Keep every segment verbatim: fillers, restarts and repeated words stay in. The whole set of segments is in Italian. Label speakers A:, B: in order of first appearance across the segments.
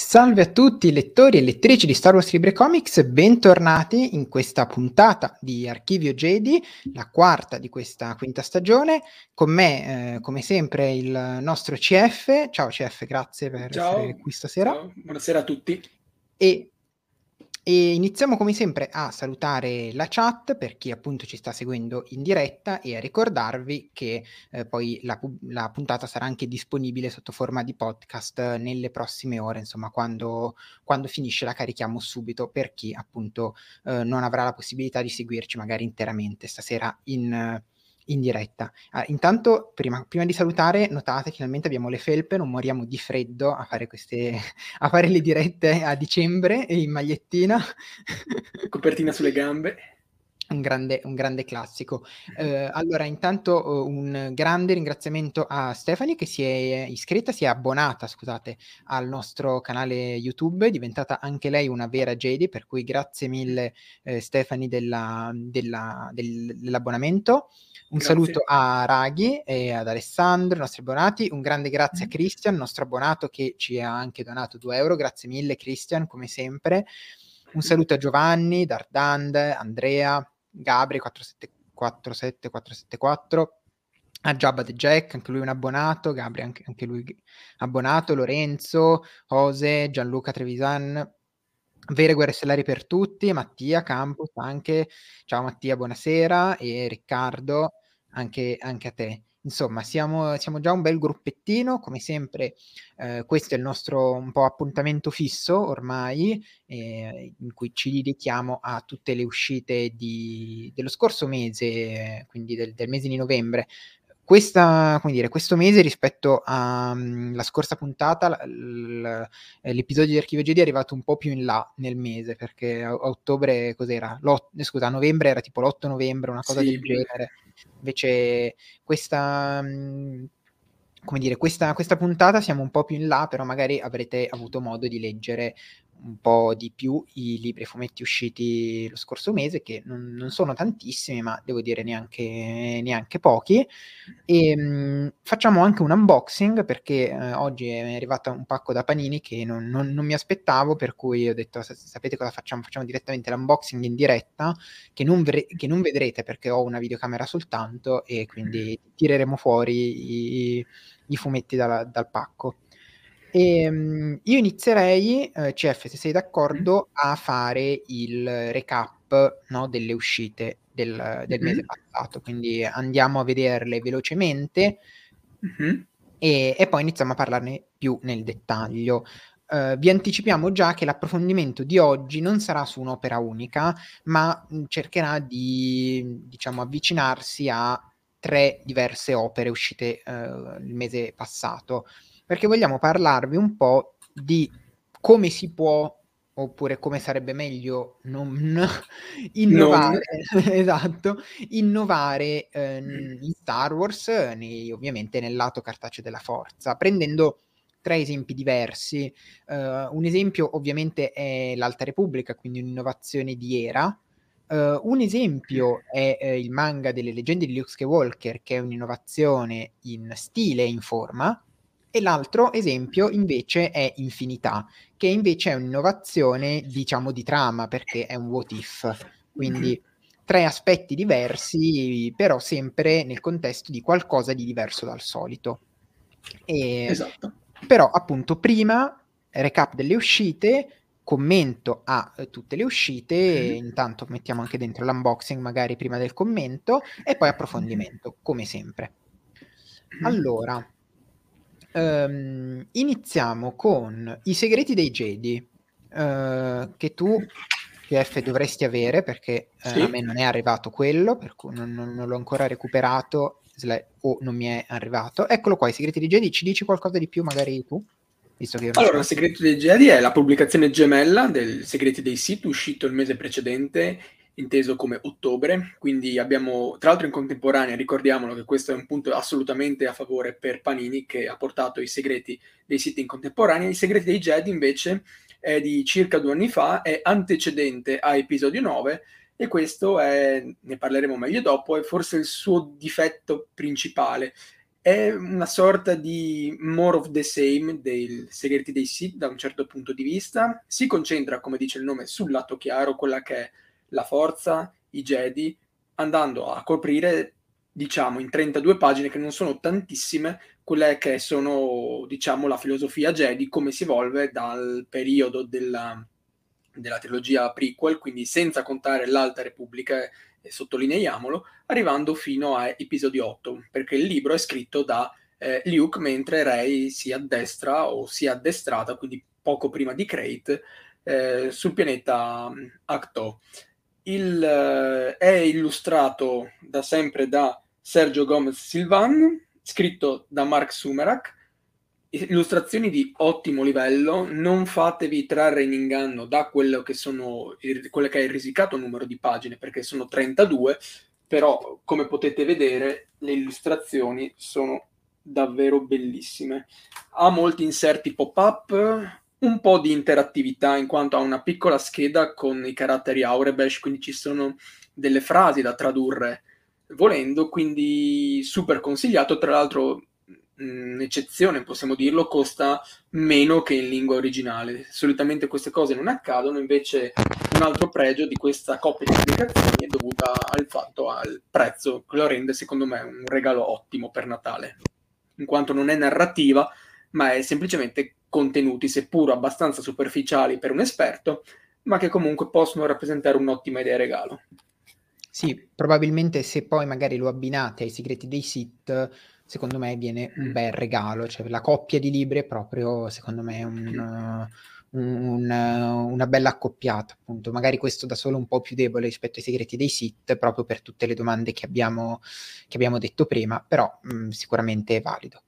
A: Salve a tutti lettori e lettrici di Star Wars Libre Comics, bentornati in questa puntata di Archivio Jedi, la quarta di questa quinta stagione. Con me, eh, come sempre, il nostro C F. Ciao C F, grazie per
B: Ciao,
A: essere qui stasera.
B: ciao, buonasera a tutti.
A: E, e iniziamo come sempre a salutare la chat per chi appunto ci sta seguendo in diretta e a ricordarvi che eh, poi la, pu- la puntata sarà anche disponibile sotto forma di podcast nelle prossime ore, insomma quando, quando finisce la carichiamo subito per chi appunto eh, non avrà la possibilità di seguirci magari interamente stasera in, in diretta. Ah, intanto prima, prima di salutare notate finalmente abbiamo le felpe, non moriamo di freddo a fare queste a fare le dirette a dicembre in magliettina.
B: Copertina sulle gambe.
A: Un grande, un grande classico. Eh, allora, intanto eh, un grande ringraziamento a Stephanie che si è iscritta, si è abbonata, scusate, al nostro canale YouTube, è diventata anche lei una vera Jedi, per cui grazie mille eh, Stephanie della, della, del, dell'abbonamento. Un
B: Grazie.
A: saluto a Raghi e ad Alessandro, i nostri abbonati. Un grande grazie a Christian, nostro abbonato, che ci ha anche donato due euro. Grazie mille Christian, come sempre. Un saluto a Giovanni, Dardand, Andrea, Gabri quattro sette quattro sette quattro, a Jabba the Jack, anche lui un abbonato, Gabri anche, anche lui abbonato, Lorenzo, Jose, Gianluca Trevisan, Vere Guerre Stellari per tutti, Mattia Campos anche, ciao Mattia, buonasera, e Riccardo, anche, anche a te. Insomma, siamo, siamo già un bel gruppettino, come sempre eh, questo è il nostro un po' appuntamento fisso ormai, eh, in cui ci dedichiamo a tutte le uscite di, dello scorso mese, quindi del, del mese di novembre. Questa, come dire, questo mese rispetto alla um, scorsa puntata, l- l- l'episodio di Archivio Jedi è arrivato un po' più in là nel mese, perché a, a ottobre, cos'era? L'ot- scusa, a novembre era tipo l'otto novembre, una cosa
B: Sì,
A: del genere. Invece questa, mh, come dire, questa, questa puntata siamo un po' più in là, però magari avrete avuto modo di leggere un po' di più i libri e fumetti usciti lo scorso mese, che non, non sono tantissimi, ma devo dire neanche, neanche pochi. E mh, facciamo anche un unboxing perché eh, oggi è arrivato un pacco da Panini che non, non- non mi aspettavo, per cui ho detto: "Sa- sapete cosa facciamo? Facciamo direttamente l'unboxing in diretta, che non, vre- che non vedrete perché ho una videocamera soltanto, e quindi tireremo fuori i, i fumetti dalla- dal pacco." E, mh, io inizierei, eh, C F, se sei d'accordo, a fare il recap, no, delle uscite del, del mese passato. Quindi andiamo a vederle velocemente
B: Mhm.
A: e, e poi iniziamo a parlarne più nel dettaglio. Eh, vi anticipiamo già che l'approfondimento di oggi non sarà su un'opera unica, ma mh, cercherà di, diciamo, avvicinarsi a tre diverse opere uscite eh, il mese passato, perché vogliamo parlarvi un po' di come si può, oppure come sarebbe meglio non
B: Non.
A: innovare, esatto, innovare ehm, in Star Wars, nei- ovviamente nel lato cartaceo della forza, prendendo tre esempi diversi. Uh, un esempio ovviamente è l'Alta Repubblica, quindi un'innovazione di era. Uh, un esempio è eh, il manga delle leggende di Luke Skywalker, che è un'innovazione in stile e in forma. E l'altro esempio invece è Infinità, che invece è un'innovazione, diciamo, di trama, perché è un what if. Quindi tre aspetti diversi, però sempre nel contesto di qualcosa di diverso dal solito. E,
B: Esatto.
A: però, appunto, prima recap delle uscite, commento a eh, tutte le uscite, intanto mettiamo anche dentro l'unboxing magari prima del commento, e poi approfondimento, come sempre. Allora, ehm, iniziamo con I segreti dei Jedi, eh, che tu, P F, dovresti avere, perché eh, a
B: Sì.
A: me non è arrivato quello, per cui non, non- non l'ho ancora recuperato, sla- o non mi è arrivato. Eccolo qua, I segreti dei Jedi. Ci dici qualcosa di più magari tu, visto che io non ce
B: Allora,
A: l'ho?
B: Il segreto dei Jedi è la pubblicazione gemella del Segreti dei Sith, uscito il mese precedente, inteso come ottobre. Quindi abbiamo, tra l'altro in contemporanea, ricordiamolo che questo è un punto assolutamente a favore per Panini, che ha portato i Segreti dei Sith in contemporanea. I Segreti dei Jedi invece è di circa due anni fa, è antecedente a episodio nove, e questo è, ne parleremo meglio dopo, è forse il suo difetto principale. è una sorta di more of the same dei Segreti dei Sith da un certo punto di vista. Si concentra, come dice il nome, sul lato chiaro, quella che è la forza, i Jedi, andando a coprire, diciamo, in trentadue pagine, che non sono tantissime, quelle che sono, diciamo, la filosofia Jedi, come si evolve dal periodo della, della trilogia prequel, quindi senza contare l'Alta Repubblica, e sottolineiamolo, arrivando fino a episodio otto, perché il libro è scritto da eh, Luke mentre Rey si addestra o si è addestrata, quindi poco prima di Crate, eh, sul pianeta Ahch-To. Il, eh, è illustrato da sempre da Sergio Gomez Silvan, scritto da Mark Sumerak, illustrazioni di ottimo livello. Non fatevi trarre in inganno da quello che sono il, quello che è il risicato numero di pagine, perché sono trentadue, però come potete vedere le illustrazioni sono davvero bellissime. Ha molti inserti pop-up, un po' di interattività in quanto ha una piccola scheda con i caratteri Aurebesh, quindi ci sono delle frasi da tradurre volendo, quindi super consigliato. Tra l'altro, un'eccezione, possiamo dirlo, costa meno che in lingua originale. Solitamente queste cose non accadono, invece un altro pregio di questa coppia di pubblicazioni è dovuta al fatto, al prezzo, che lo rende secondo me un regalo ottimo per Natale, in quanto non è narrativa, ma è semplicemente contenuti, seppur abbastanza superficiali per un esperto, ma che comunque possono rappresentare un'ottima idea regalo.
A: Sì, probabilmente se poi magari lo abbinate ai Segreti dei Sith, secondo me viene un bel regalo, cioè la coppia di libri è proprio, secondo me, un, un, una bella accoppiata, appunto. Magari questo da solo un po' più debole rispetto ai Segreti dei Sith, proprio per tutte le domande che abbiamo, che abbiamo detto prima, però mh, sicuramente è valido.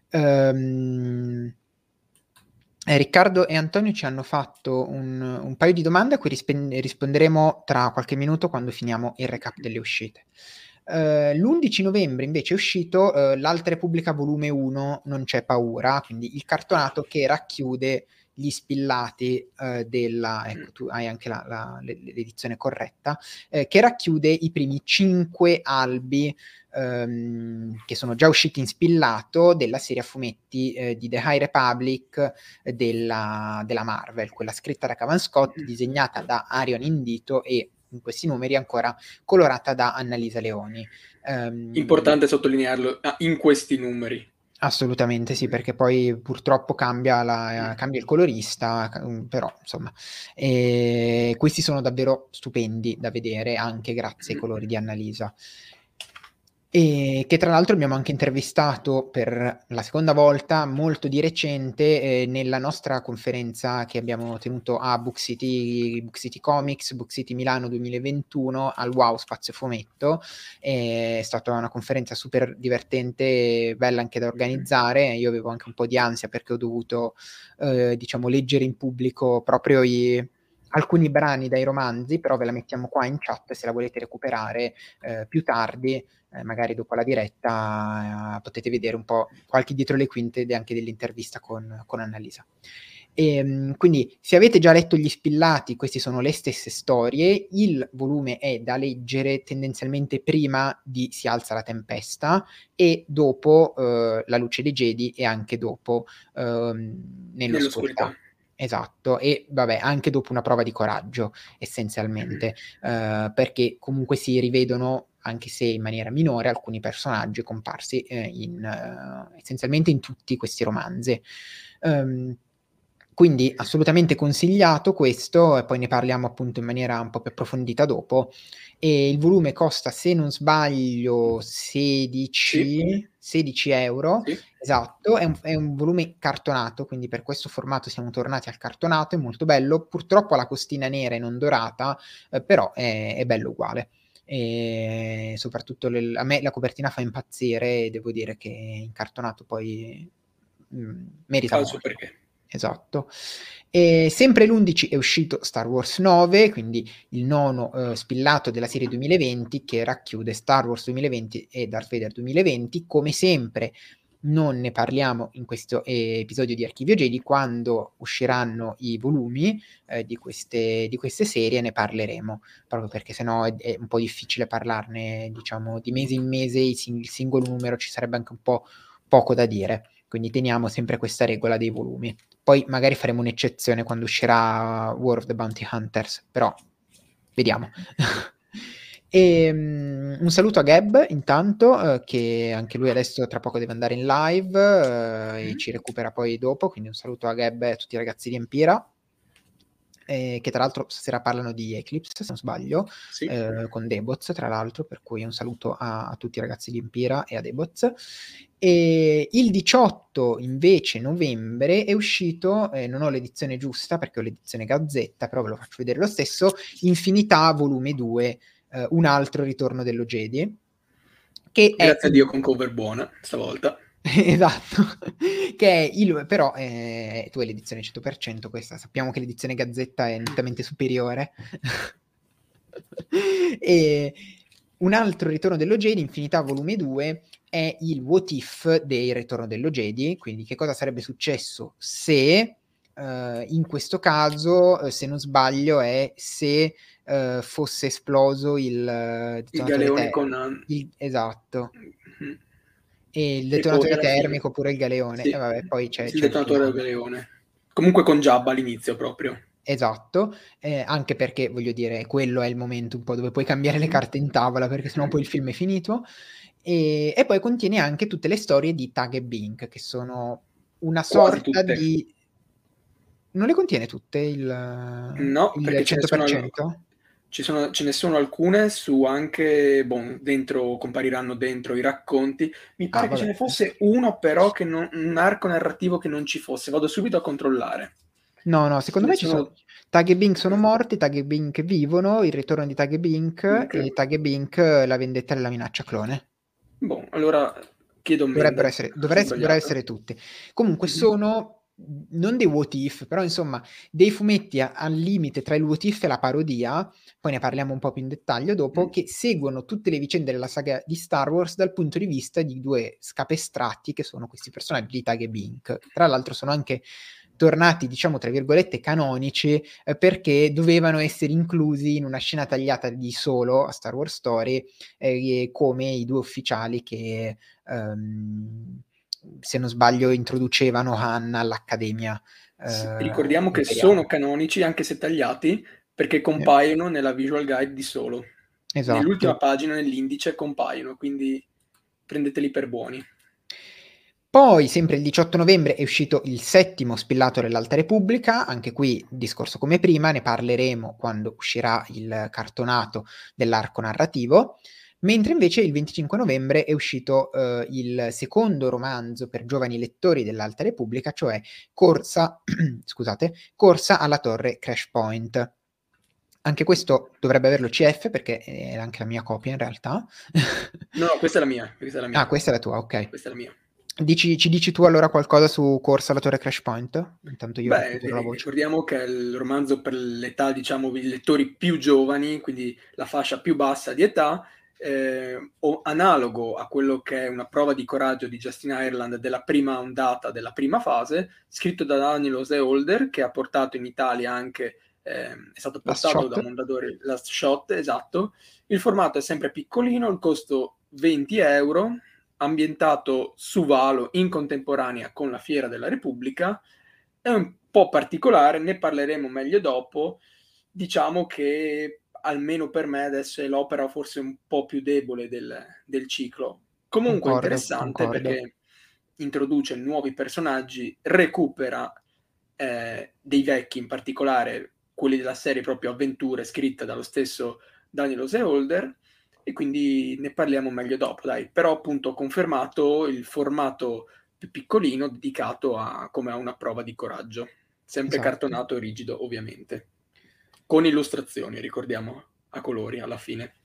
A: Um, Eh, Riccardo e Antonio ci hanno fatto un, un paio di domande a cui rispe- risponderemo tra qualche minuto quando finiamo il recap delle uscite. Uh, l'undici novembre invece è uscito uh, l'Alta Repubblica volume uno, Non c'è paura, quindi il cartonato che racchiude gli spillati uh, della, ecco tu hai anche la, la, l'edizione corretta, eh, che racchiude i primi cinque albi um, che sono già usciti in spillato della serie a fumetti eh, di The High Republic eh, della, della Marvel, quella scritta da Cavan Scott, disegnata da Arion Indito e in questi numeri ancora colorata da Annalisa Leoni. Um,
B: Importante sottolinearlo, in questi numeri.
A: Assolutamente sì, perché poi purtroppo cambia, la, cambia il colorista, però insomma, e questi sono davvero stupendi da vedere anche grazie ai colori di Annalisa. E che tra l'altro abbiamo anche intervistato per la seconda volta, molto di recente, eh, nella nostra conferenza che abbiamo tenuto a Book City, Book City Comics, Book City Milano duemilaventuno, al Wow Spazio Fumetto. È stata una conferenza super divertente, bella anche da organizzare. Io avevo anche un po' di ansia perché ho dovuto, eh, diciamo, leggere in pubblico proprio i... alcuni brani dai romanzi, però ve la mettiamo qua in chat se la volete recuperare eh, più tardi. Eh, magari dopo la diretta eh, potete vedere un po' qualche dietro le quinte anche dell'intervista con, con Annalisa. E, quindi se avete già letto gli spillati, queste sono le stesse storie. Il volume è da leggere tendenzialmente prima di Si alza la tempesta e dopo eh, La luce dei Jedi e anche dopo eh, Nell'oscurità.
B: Nell'oscurità.
A: Esatto, e vabbè, anche dopo Una prova di coraggio, essenzialmente, eh, perché comunque si rivedono, anche se in maniera minore, alcuni personaggi comparsi eh, in, uh, essenzialmente in tutti questi romanzi. Um, quindi assolutamente consigliato questo, e poi ne parliamo appunto in maniera un po' più approfondita dopo. E il volume costa, se non sbaglio, sedici,
B: Sì.
A: sedici euro.
B: Sì.
A: Esatto, è un, è un volume cartonato, quindi per questo formato siamo tornati al cartonato, è molto bello. Purtroppo ha la costina nera e non dorata, eh, però è, è bello uguale. E soprattutto le, a me la copertina fa impazzire e devo dire che in cartonato poi mh, merita molto.
B: Perché.
A: Esatto. E sempre l'undici è uscito Star Wars nove, quindi il nono eh, spillato della serie duemilaventi, che racchiude Star Wars duemilaventi e Darth Vader duemilaventi. Come sempre non ne parliamo in questo eh, episodio di Archivio Jedi. Quando usciranno i volumi eh, di, queste, di queste serie ne parleremo, proprio perché sennò è, è un po' difficile parlarne, diciamo, di mese in mese. Il, sing- il singolo numero ci sarebbe anche un po' poco da dire, quindi teniamo sempre questa regola dei volumi. Poi magari faremo un'eccezione quando uscirà War of the Bounty Hunters, però vediamo. E, um, un saluto a Gab intanto, uh, che anche lui adesso tra poco deve andare in live uh, e ci recupera poi dopo, quindi un saluto a Gab e a tutti i ragazzi di Empira, eh, che tra l'altro stasera parlano di Eclipse, se non sbaglio, sì. eh, con Deboz tra l'altro, per cui un saluto a, a tutti i ragazzi di Empira e a Deboz. E il diciotto invece novembre è uscito, eh, non ho l'edizione giusta perché ho l'edizione Gazzetta, però ve lo faccio vedere lo stesso, Infinità volume due, eh, un altro ritorno dello Jedi, che
B: grazie
A: è...
B: a Dio con cover buona stavolta.
A: Esatto, che è il, però eh, tu hai l'edizione cento per cento, questa sappiamo che l'edizione Gazzetta è nettamente superiore. E un altro ritorno dello Jedi, Infinità volume due, è il what if dei ritorno dello Jedi, quindi che cosa sarebbe successo se uh, in questo caso, uh, se non sbaglio, è se uh, fosse esploso il, uh,
B: il galeone con
A: il, esatto.
B: Mm-hmm.
A: E il detonatore termico oppure il galeone,
B: sì,
A: e vabbè, poi c'è,
B: sì,
A: c'è
B: il detonatore del galeone. Comunque con Jabba all'inizio proprio.
A: Esatto, eh, anche perché voglio dire, quello è il momento un po' dove puoi cambiare le carte in tavola, perché sennò poi il film è finito. E, e poi contiene anche tutte le storie di Tag e Bink, che sono una sorta di... Non le contiene tutte il,
B: no,
A: il
B: perché
A: cento per cento?
B: Ci sono, ce ne sono alcune su anche, bon, dentro, compariranno dentro i racconti. Mi pare ah, che vabbè. Ce ne fosse uno però, che non, un arco narrativo che non ci fosse. Vado subito a controllare.
A: No, no, secondo ce me ci sono... sono... Tag e Bink sono morti, Tag e Bink vivono, il ritorno di Tag e Bink, okay. E Tag e Bink, la vendetta della minaccia clone.
B: Boh, allora chiedo
A: Dovrebbero essere, dovrebbe, dovrebbero essere tutti. Comunque mm-hmm. sono... non dei what if, però insomma dei fumetti al limite tra il what if e la parodia, poi ne parliamo un po' più in dettaglio dopo, mm. che seguono tutte le vicende della saga di Star Wars dal punto di vista di due scapestratti che sono questi personaggi di Tag e Bink. Tra l'altro sono anche tornati, diciamo, tra virgolette canonici, eh, perché dovevano essere inclusi in una scena tagliata di Solo a Star Wars Story, eh, come i due ufficiali che um, se non sbaglio introducevano Han all'Accademia.
B: Sì, eh, ricordiamo che imperiale. Sono canonici anche se tagliati, perché compaiono eh. nella visual guide di Solo. Esatto. Nell'ultima pagina, nell'indice, compaiono, quindi prendeteli per buoni.
A: Poi, sempre il diciotto novembre, è uscito il settimo Spillato dell'Alta Repubblica, anche qui discorso come prima, ne parleremo quando uscirà il cartonato dell'arco narrativo. Mentre invece il venticinque novembre è uscito uh, il secondo romanzo per giovani lettori dell'Alta Repubblica, cioè Corsa, scusate, Corsa alla Torre Crash Point. Anche questo dovrebbe averlo C F, perché è anche la mia copia in realtà.
B: No, questa è la mia. Questa è la mia.
A: Ah, questa è la tua, ok.
B: Questa è la mia.
A: Dici, ci dici tu allora qualcosa su Corsa alla Torre Crash Point? Intanto io
B: Beh, la voce. Ricordiamo che è il romanzo per l'età, diciamo, i lettori più giovani, quindi la fascia più bassa di età, eh, o analogo a quello che è una prova di coraggio di Justin Ireland della prima ondata, della prima fase, scritto da Daniel Oseholder, che ha portato in Italia anche, eh, è stato portato da Mondadori, Last Shot, esatto. Il formato è sempre piccolino, il costo venti euro, ambientato su Valo in contemporanea con la Fiera della Repubblica. È un po' particolare, ne parleremo meglio dopo. Diciamo che almeno per me adesso è l'opera forse un po' più debole del, del ciclo. Comunque concordo, interessante concordo. Perché introduce nuovi personaggi, recupera eh, dei vecchi, in particolare quelli della serie proprio Avventure, scritta dallo stesso Daniel Oseholder, e quindi ne parliamo meglio dopo, dai. Però appunto ho confermato il formato più piccolino dedicato a come a una prova di coraggio, sempre esatto. Cartonato e rigido ovviamente, con illustrazioni, ricordiamo, a colori alla fine.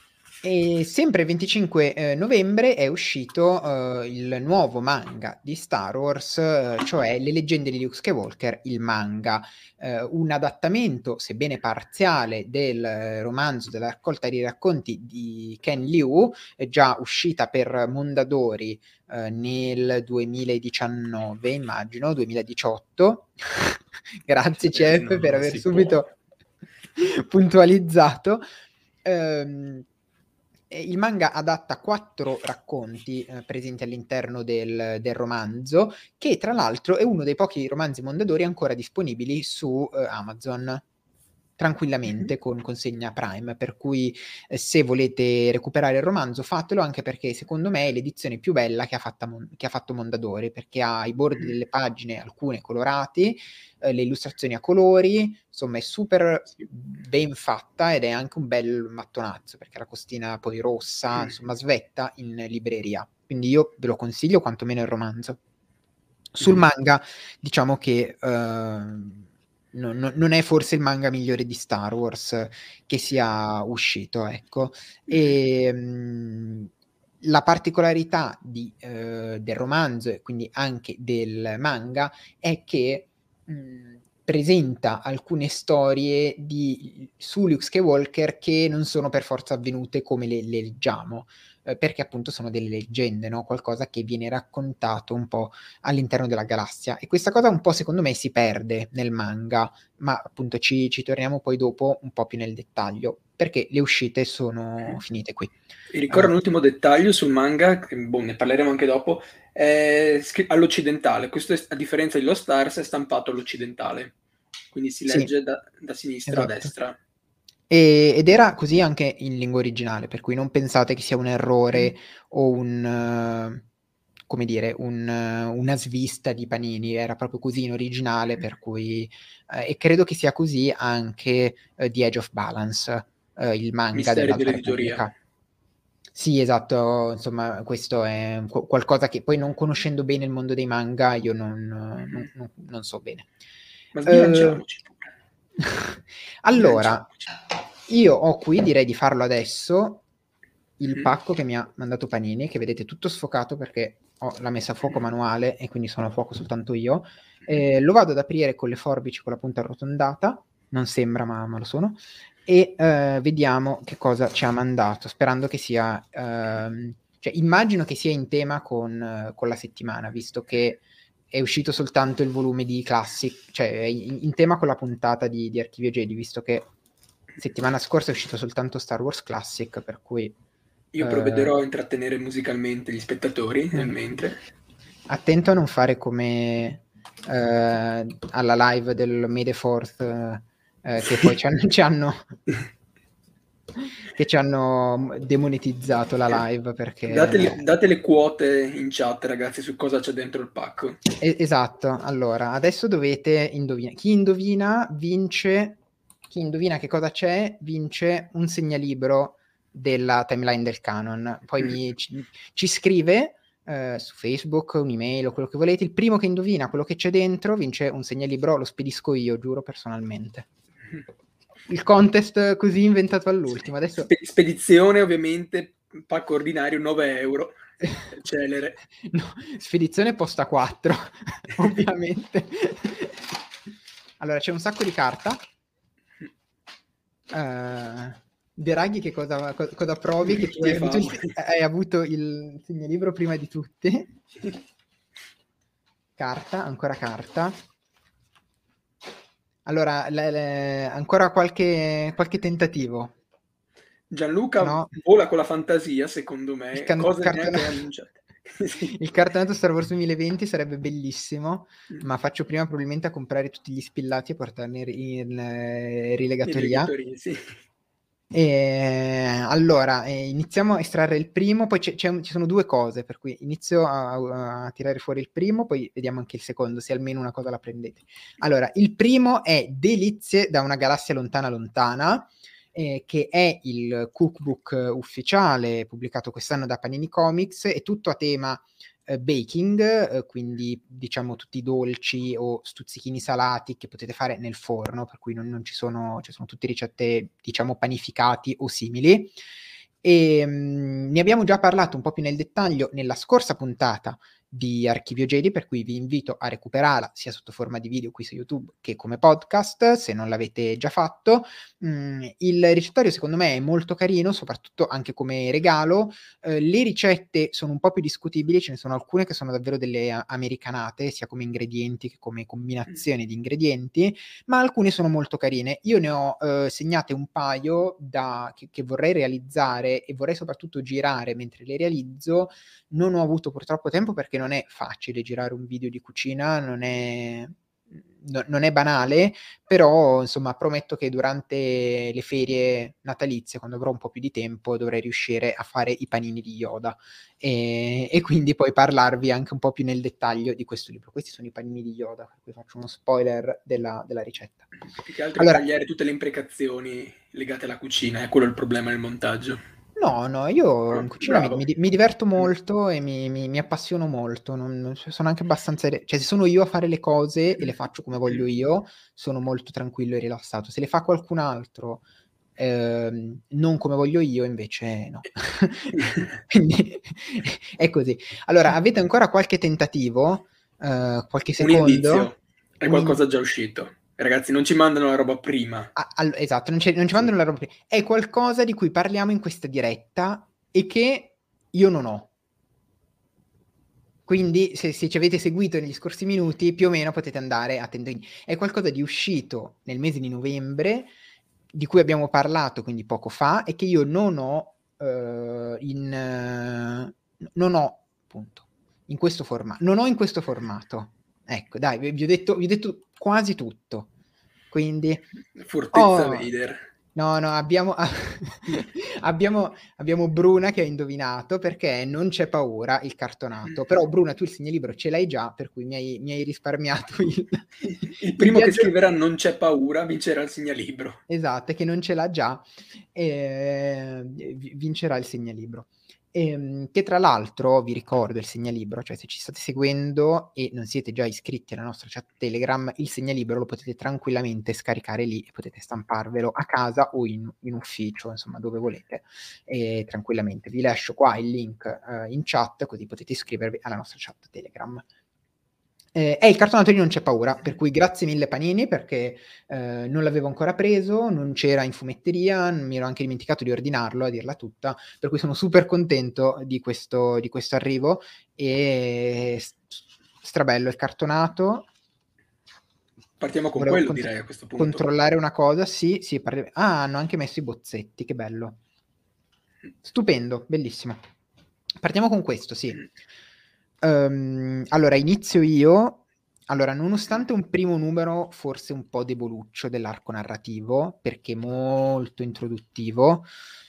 A: E sempre il venticinque eh, novembre è uscito uh, il nuovo manga di Star Wars, uh, cioè Le leggende di Luke Skywalker, il manga, uh, un adattamento, sebbene parziale, del uh, romanzo della raccolta di racconti di Ken Liu, eh, già uscita per Mondadori uh, nel duemiladiciannove, immagino, duemiladiciotto. Grazie C F no, per aver subito può. puntualizzato. Um, il manga adatta quattro racconti eh, presenti all'interno del, del romanzo, che tra l'altro è uno dei pochi romanzi Mondadori ancora disponibili su eh, Amazon, tranquillamente, con consegna Prime, per cui eh, se volete recuperare il romanzo fatelo, anche perché secondo me è l'edizione più bella che ha, fatta Mon- che ha fatto Mondadori, perché ha i bordi delle pagine, alcune colorati, eh, le illustrazioni a colori, insomma è super ben fatta ed è anche un bel mattonazzo, perché la costina poi rossa, insomma svetta in libreria, quindi io ve lo consiglio quantomeno il romanzo. Sul manga diciamo che uh, No, no, non è forse il manga migliore di Star Wars che sia uscito, ecco. E mh, la particolarità di, uh, del romanzo e quindi anche del manga è che mh, presenta alcune storie di, su Luke Skywalker che non sono per forza avvenute come le, le leggiamo, eh, perché appunto sono delle leggende, no? Qualcosa che viene raccontato un po' all'interno della galassia, e questa cosa un po' secondo me si perde nel manga, ma appunto ci, ci torniamo poi dopo un po' più nel dettaglio, perché le uscite sono finite qui.
B: E ricordo
A: Uh,
B: un ultimo dettaglio sul manga, che boh, ne parleremo anche dopo, è scr- all'occidentale. Questo, è, a differenza di Lost Stars, è stampato all'occidentale, quindi si
A: sì,
B: legge da, da sinistra a
A: esatto.
B: destra.
A: E, ed era così anche in lingua originale, per cui non pensate che sia un errore mm. o un... Uh, come dire, un, una svista di Panini, era proprio così in originale, per cui eh, e credo che sia così anche eh, The Edge of Balance, eh, il manga
B: Misteri
A: dell'Alta
B: dell'editoria.
A: Repubblica. Sì, esatto, insomma, questo è qu- qualcosa che poi, non conoscendo bene il mondo dei manga, io non, non- non- non so bene.
B: Ma
A: Eh,
B: sbilanciamoci pure.
A: allora,
B: Sbilanciamoci.
A: io ho qui, direi di farlo adesso, il
B: Mm.
A: pacco che mi ha mandato Panini, che vedete tutto sfocato perché ho la messa a fuoco manuale e quindi sono a fuoco soltanto io. Eh, lo vado ad aprire con le forbici con la punta arrotondata, non sembra ma, ma lo sono, e eh, vediamo che cosa ci ha mandato, sperando che sia... Ehm, cioè, immagino che sia in tema con, eh, con la settimana, visto che è uscito soltanto il volume di Classic, cioè in, in tema con la puntata di, di Archivio Jedi, visto che settimana scorsa è uscito soltanto Star Wars Classic, per cui...
B: Io
A: eh,
B: provvederò a intrattenere musicalmente gli spettatori nel mentre.
A: Attento a non fare come eh, alla live del May the fourth, eh, che poi ci hanno, ci hanno che ci hanno demonetizzato la live perché...
B: Date le, date le quote in chat, ragazzi, su cosa c'è dentro il pacco.
A: Es- esatto, allora, adesso dovete indovinare. Chi indovina vince, chi indovina che cosa c'è, vince un segnalibro della timeline del canon. Poi
B: Mm.
A: mi, ci, ci scrive eh, su Facebook, un'email o quello che volete. Il primo che indovina quello che c'è dentro vince un segnalibro, lo spedisco io, giuro personalmente. Il contest così inventato all'ultimo. Adesso...
B: Spe- spedizione, ovviamente, pacco ordinario nove euro. Celere.
A: No, spedizione posta quattro, ovviamente. Allora, c'è un sacco di carta. Uh, Deraghi, che cosa, co- cosa provi? Che tu hai avuto, il, hai avuto il segnalibro prima di tutti. Carta, ancora carta. Allora, le, le, ancora qualche, qualche tentativo.
B: Gianluca
A: No?
B: vola con la fantasia, secondo me,
A: Il can-
B: cose
A: cartona-
B: neanche annunciate. Sì.
A: Il cartonato Star Wars duemilaventi sarebbe bellissimo,
B: Mm.
A: ma faccio prima probabilmente a comprare tutti gli spillati e portarli in, in, eh, rilegatoria.
B: In legatoria, sì.
A: E, allora, eh, iniziamo a estrarre il primo, poi c'è, c'è un, ci sono due cose, per cui inizio a, a tirare fuori il primo, poi vediamo anche il secondo, se almeno una cosa la prendete. Allora, il primo è Delizie da una galassia lontana lontana, eh, che è il cookbook ufficiale pubblicato quest'anno da Panini Comics, è tutto a tema eh, baking, eh, quindi diciamo tutti i dolci o stuzzichini salati che potete fare nel forno, per cui non, non ci sono, ci sono tutte ricette diciamo panificati o simili. E mh, ne abbiamo già parlato un po' più nel dettaglio nella scorsa puntata di Archivio Jedi, per cui vi invito a recuperarla sia sotto forma di video qui su YouTube che come podcast, se non l'avete già fatto. Mm, il ricettario secondo me è molto carino, soprattutto anche come regalo. Eh, le ricette sono un po' più discutibili, ce ne sono alcune che sono davvero delle a- americanate, sia come ingredienti che come combinazione di ingredienti, ma alcune sono molto carine. Io ne ho eh, segnate un paio da, che, che vorrei realizzare e vorrei soprattutto girare mentre le realizzo. Non ho avuto purtroppo tempo perché non è facile girare un video di cucina, non è, no, non è banale, però insomma prometto che durante le ferie natalizie, quando avrò un po' più di tempo, dovrei riuscire a fare i panini di Yoda e, e quindi poi parlarvi anche un po' più nel dettaglio di questo libro. Questi sono i panini di Yoda, per cui faccio uno spoiler della, della ricetta.
B: Più che altro
A: Allora,
B: tagliare tutte le imprecazioni legate alla cucina, è quello il problema nel montaggio.
A: no, no, io
B: Ah,
A: in cucina mi,
B: bravo.
A: mi- mi diverto molto e mi, mi- mi appassiono molto, non- non- sono anche abbastanza, cioè se sono io a fare le cose e le faccio come voglio io, sono molto tranquillo e rilassato. Se le fa qualcun altro, ehm, non come voglio io, invece no. Quindi è così. Allora, avete ancora qualche tentativo? Eh, qualche
B: Un
A: secondo?
B: indizio, è
A: Un in-
B: qualcosa già uscito. Ragazzi, non ci mandano la roba prima.
A: Ah, all- esatto, non, c'è- non ci
B: Sì.
A: mandano la roba. È qualcosa di cui parliamo in questa diretta e che io non ho. Quindi se, se ci avete seguito negli scorsi minuti, più o meno potete andare a tendini. È qualcosa di uscito nel mese di novembre, di cui abbiamo parlato quindi poco fa, e che io non ho eh, in... eh, non ho, appunto, in questo formato. Non ho in questo formato. Ecco, dai, vi, vi ho detto, vi ho detto quasi tutto. Quindi...
B: Fortezza
A: Oh,
B: Vader.
A: no, no, abbiamo, abbiamo, abbiamo Bruna che ha indovinato perché non c'è paura il cartonato. Però Bruna, tu il segnalibro ce l'hai già, per cui mi hai, mi hai risparmiato il,
B: Il
A: il
B: primo che
A: viaggio.
B: scriverà non c'è paura vincerà il segnalibro.
A: Esatto, è che non ce l'ha già, e vincerà il segnalibro. E, che tra l'altro vi ricordo il segnalibro, cioè se ci state seguendo e non siete già iscritti alla nostra chat Telegram, il segnalibro lo potete tranquillamente scaricare lì e potete stamparvelo a casa o in, in ufficio, insomma dove volete, e tranquillamente. Vi lascio qua il link eh, in chat, così potete iscrivervi alla nostra chat Telegram. Eh, e il cartonato di Non c'è paura, per cui grazie mille Panini perché eh, non l'avevo ancora preso, non c'era in fumetteria, mi ero anche dimenticato di ordinarlo, a dirla tutta, per cui sono super contento di questo, di questo arrivo e strabello il cartonato.
B: Partiamo con
A: Volevo
B: quello,
A: cont-
B: direi, a questo punto.
A: controllare una cosa, sì, sì, parli- ah, hanno anche messo i bozzetti, che bello. Stupendo, bellissimo. Partiamo con questo, sì. Um, allora, inizio io. Allora, nonostante un primo numero forse un po' deboluccio dell'arco narrativo, perché molto introduttivo,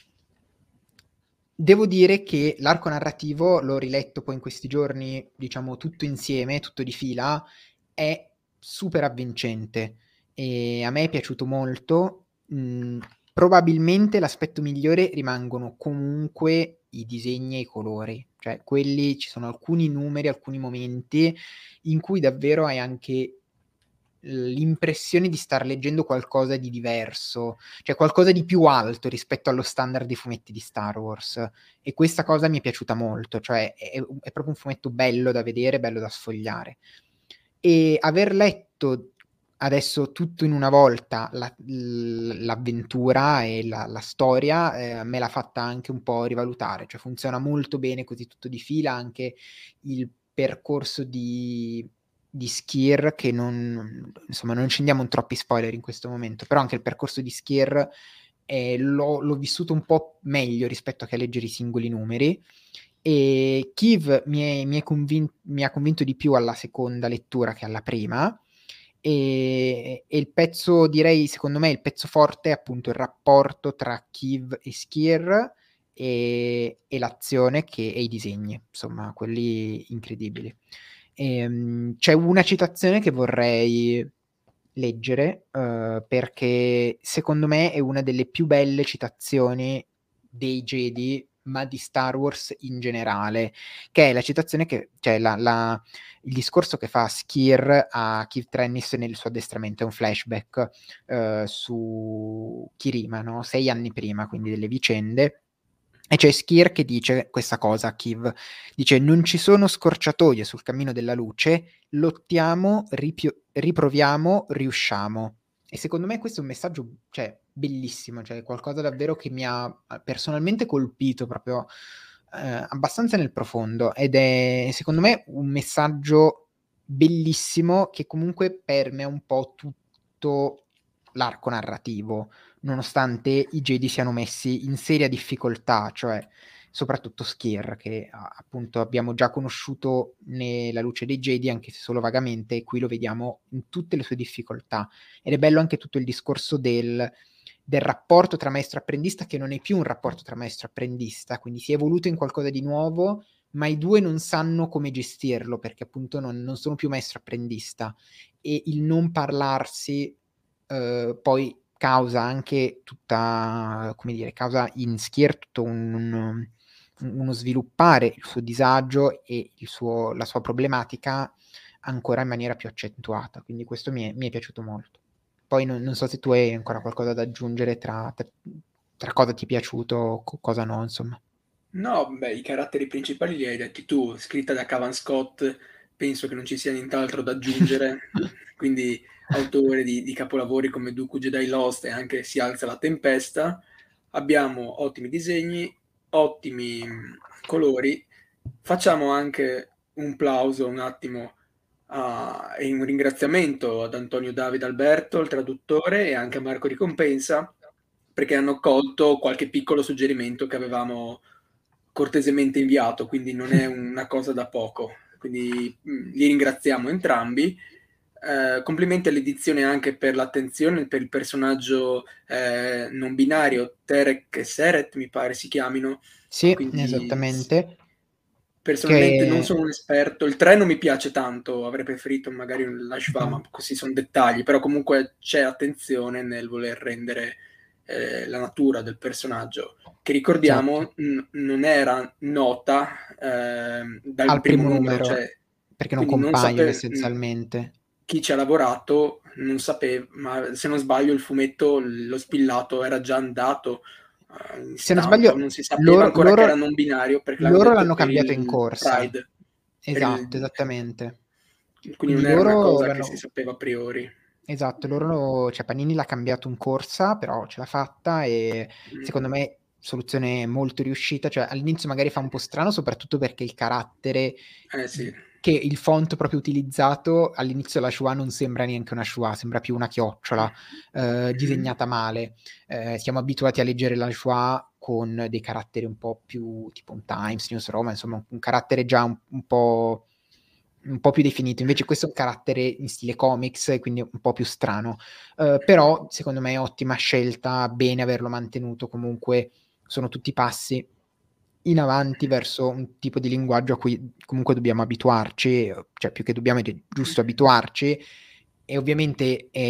A: devo dire che l'arco narrativo, l'ho riletto poi in questi giorni, diciamo tutto insieme, tutto di fila, è super avvincente e a me è piaciuto molto. Mm, probabilmente l'aspetto migliore rimangono comunque i disegni e i colori, cioè quelli, ci sono alcuni numeri, alcuni momenti in cui davvero hai anche l'impressione di star leggendo qualcosa di diverso, cioè qualcosa di più alto rispetto allo standard dei fumetti di Star Wars, e questa cosa mi è piaciuta molto, cioè è, è proprio un fumetto bello da vedere, bello da sfogliare. E aver letto adesso tutto in una volta la, l'avventura e la, la storia eh, me l'ha fatta anche un po' rivalutare, cioè funziona molto bene così tutto di fila, anche il percorso di, di Skir, che non, insomma non scendiamo in troppi spoiler in questo momento, però anche il percorso di Skir eh, l'ho, l'ho vissuto un po' meglio rispetto a che a leggere i singoli numeri. E Kiev mi, è, mi, è convin- mi ha convinto di più alla seconda lettura che alla prima, e, e il pezzo, direi, secondo me il pezzo forte è appunto il rapporto tra Kiev e Skir e, e l'azione che, e i disegni, insomma quelli incredibili. E, um, c'è una citazione che vorrei leggere uh, perché secondo me è una delle più belle citazioni dei Jedi, ma di Star Wars in generale, che è la citazione che, cioè la, la, il discorso che fa Skir a Keith Trennis nel suo addestramento, è un flashback uh, su Kirima, no? Sei anni prima, quindi delle vicende, E c'è Skir che dice questa cosa a Kiv, dice non ci sono scorciatoie sul cammino della luce, lottiamo, ripio- riproviamo, riusciamo. E secondo me questo è un messaggio, cioè, bellissimo, cioè qualcosa davvero che mi ha personalmente colpito proprio eh, abbastanza nel profondo, ed è secondo me un messaggio bellissimo che comunque permea un po' tutto l'arco narrativo, nonostante i Jedi siano messi in seria difficoltà, cioè soprattutto Skir, che appunto abbiamo già conosciuto nella luce dei Jedi, anche se solo vagamente, e qui lo vediamo in tutte le sue difficoltà. Ed è bello anche tutto il discorso del, del rapporto tra maestro e apprendista, che non è più un rapporto tra maestro e apprendista, quindi si è evoluto in qualcosa di nuovo, ma i due non sanno come gestirlo, perché appunto non, non sono più maestro e apprendista, e il non parlarsi eh, poi causa anche tutta, come dire, causa in Skir tutto un, un, uno sviluppare il suo disagio e il suo, la sua problematica ancora in maniera più accentuata, quindi questo mi è, mi è piaciuto molto. Poi non, non so se tu hai ancora qualcosa da aggiungere tra, tra, tra cosa ti è piaciuto o cosa no, insomma.
B: No, beh, i caratteri principali li hai detti tu, scritta da Cavan Scott, penso che non ci sia nient'altro da aggiungere, quindi autore di, di capolavori come Dooku Jedi Lost e anche Si alza la tempesta. Abbiamo ottimi disegni, ottimi mh, colori. Facciamo anche un plauso un attimo a- e un ringraziamento ad Antonio David Alberto, il traduttore, e anche a Marco Ricompensa, perché hanno colto qualche piccolo suggerimento che avevamo cortesemente inviato, quindi non è una cosa da poco. Quindi mh, li ringraziamo entrambi. Eh, complimenti all'edizione anche per l'attenzione per il personaggio eh, non binario, Terek e Seret, mi pare si chiamino.
A: Sì,
B: Quindi s-
A: esattamente.
B: personalmente non
A: Che
B: sono un esperto. Il tre non mi piace tanto, avrei preferito magari un Lashva, ma
A: Mhm.
B: questi sono dettagli. Però comunque c'è attenzione nel voler rendere eh, la natura del personaggio, che
A: Esatto,
B: ricordiamo n- non era nota eh, dal
A: al
B: primo
A: primo
B: numero,
A: numero,
B: cioè,
A: perché non
B: quindi non
A: compaiono
B: sape-
A: essenzialmente.
B: chi ci ha lavorato non sapeva, ma se non sbaglio il fumetto, lo spillato era già andato eh, in
A: Se non
B: stampa,
A: sbaglio,
B: non si sapeva
A: loro,
B: ancora che era
A: loro,
B: non binario perché l'hanno
A: loro
B: detto
A: l'hanno
B: per
A: cambiato in
B: il
A: corsa.
B: Pride, per
A: Esatto,
B: il-
A: esattamente.
B: quindi
A: Quindi
B: non era una
A: loro
B: cosa che si
A: l'hanno,
B: sapeva a priori.
A: esatto, loro, cioè Panini l'ha cambiato in corsa, però ce l'ha fatta e
B: Mm.
A: secondo me soluzione molto riuscita, cioè all'inizio magari fa un po' strano, soprattutto perché il carattere
B: Eh sì.
A: che il font proprio utilizzato all'inizio la Shua non sembra neanche una Shua, sembra più una chiocciola eh,
B: Mhm.
A: disegnata male. Eh, siamo abituati a leggere la Shua con dei caratteri un po' più tipo un Times, News Roman, insomma un carattere già un, un po' un po' più definito, invece questo è un carattere in stile comics, quindi un po' più strano, uh, però secondo me è ottima scelta, bene averlo mantenuto, comunque sono tutti passi in avanti verso un tipo di linguaggio a cui comunque dobbiamo abituarci, cioè più che dobbiamo è giusto abituarci, e ovviamente è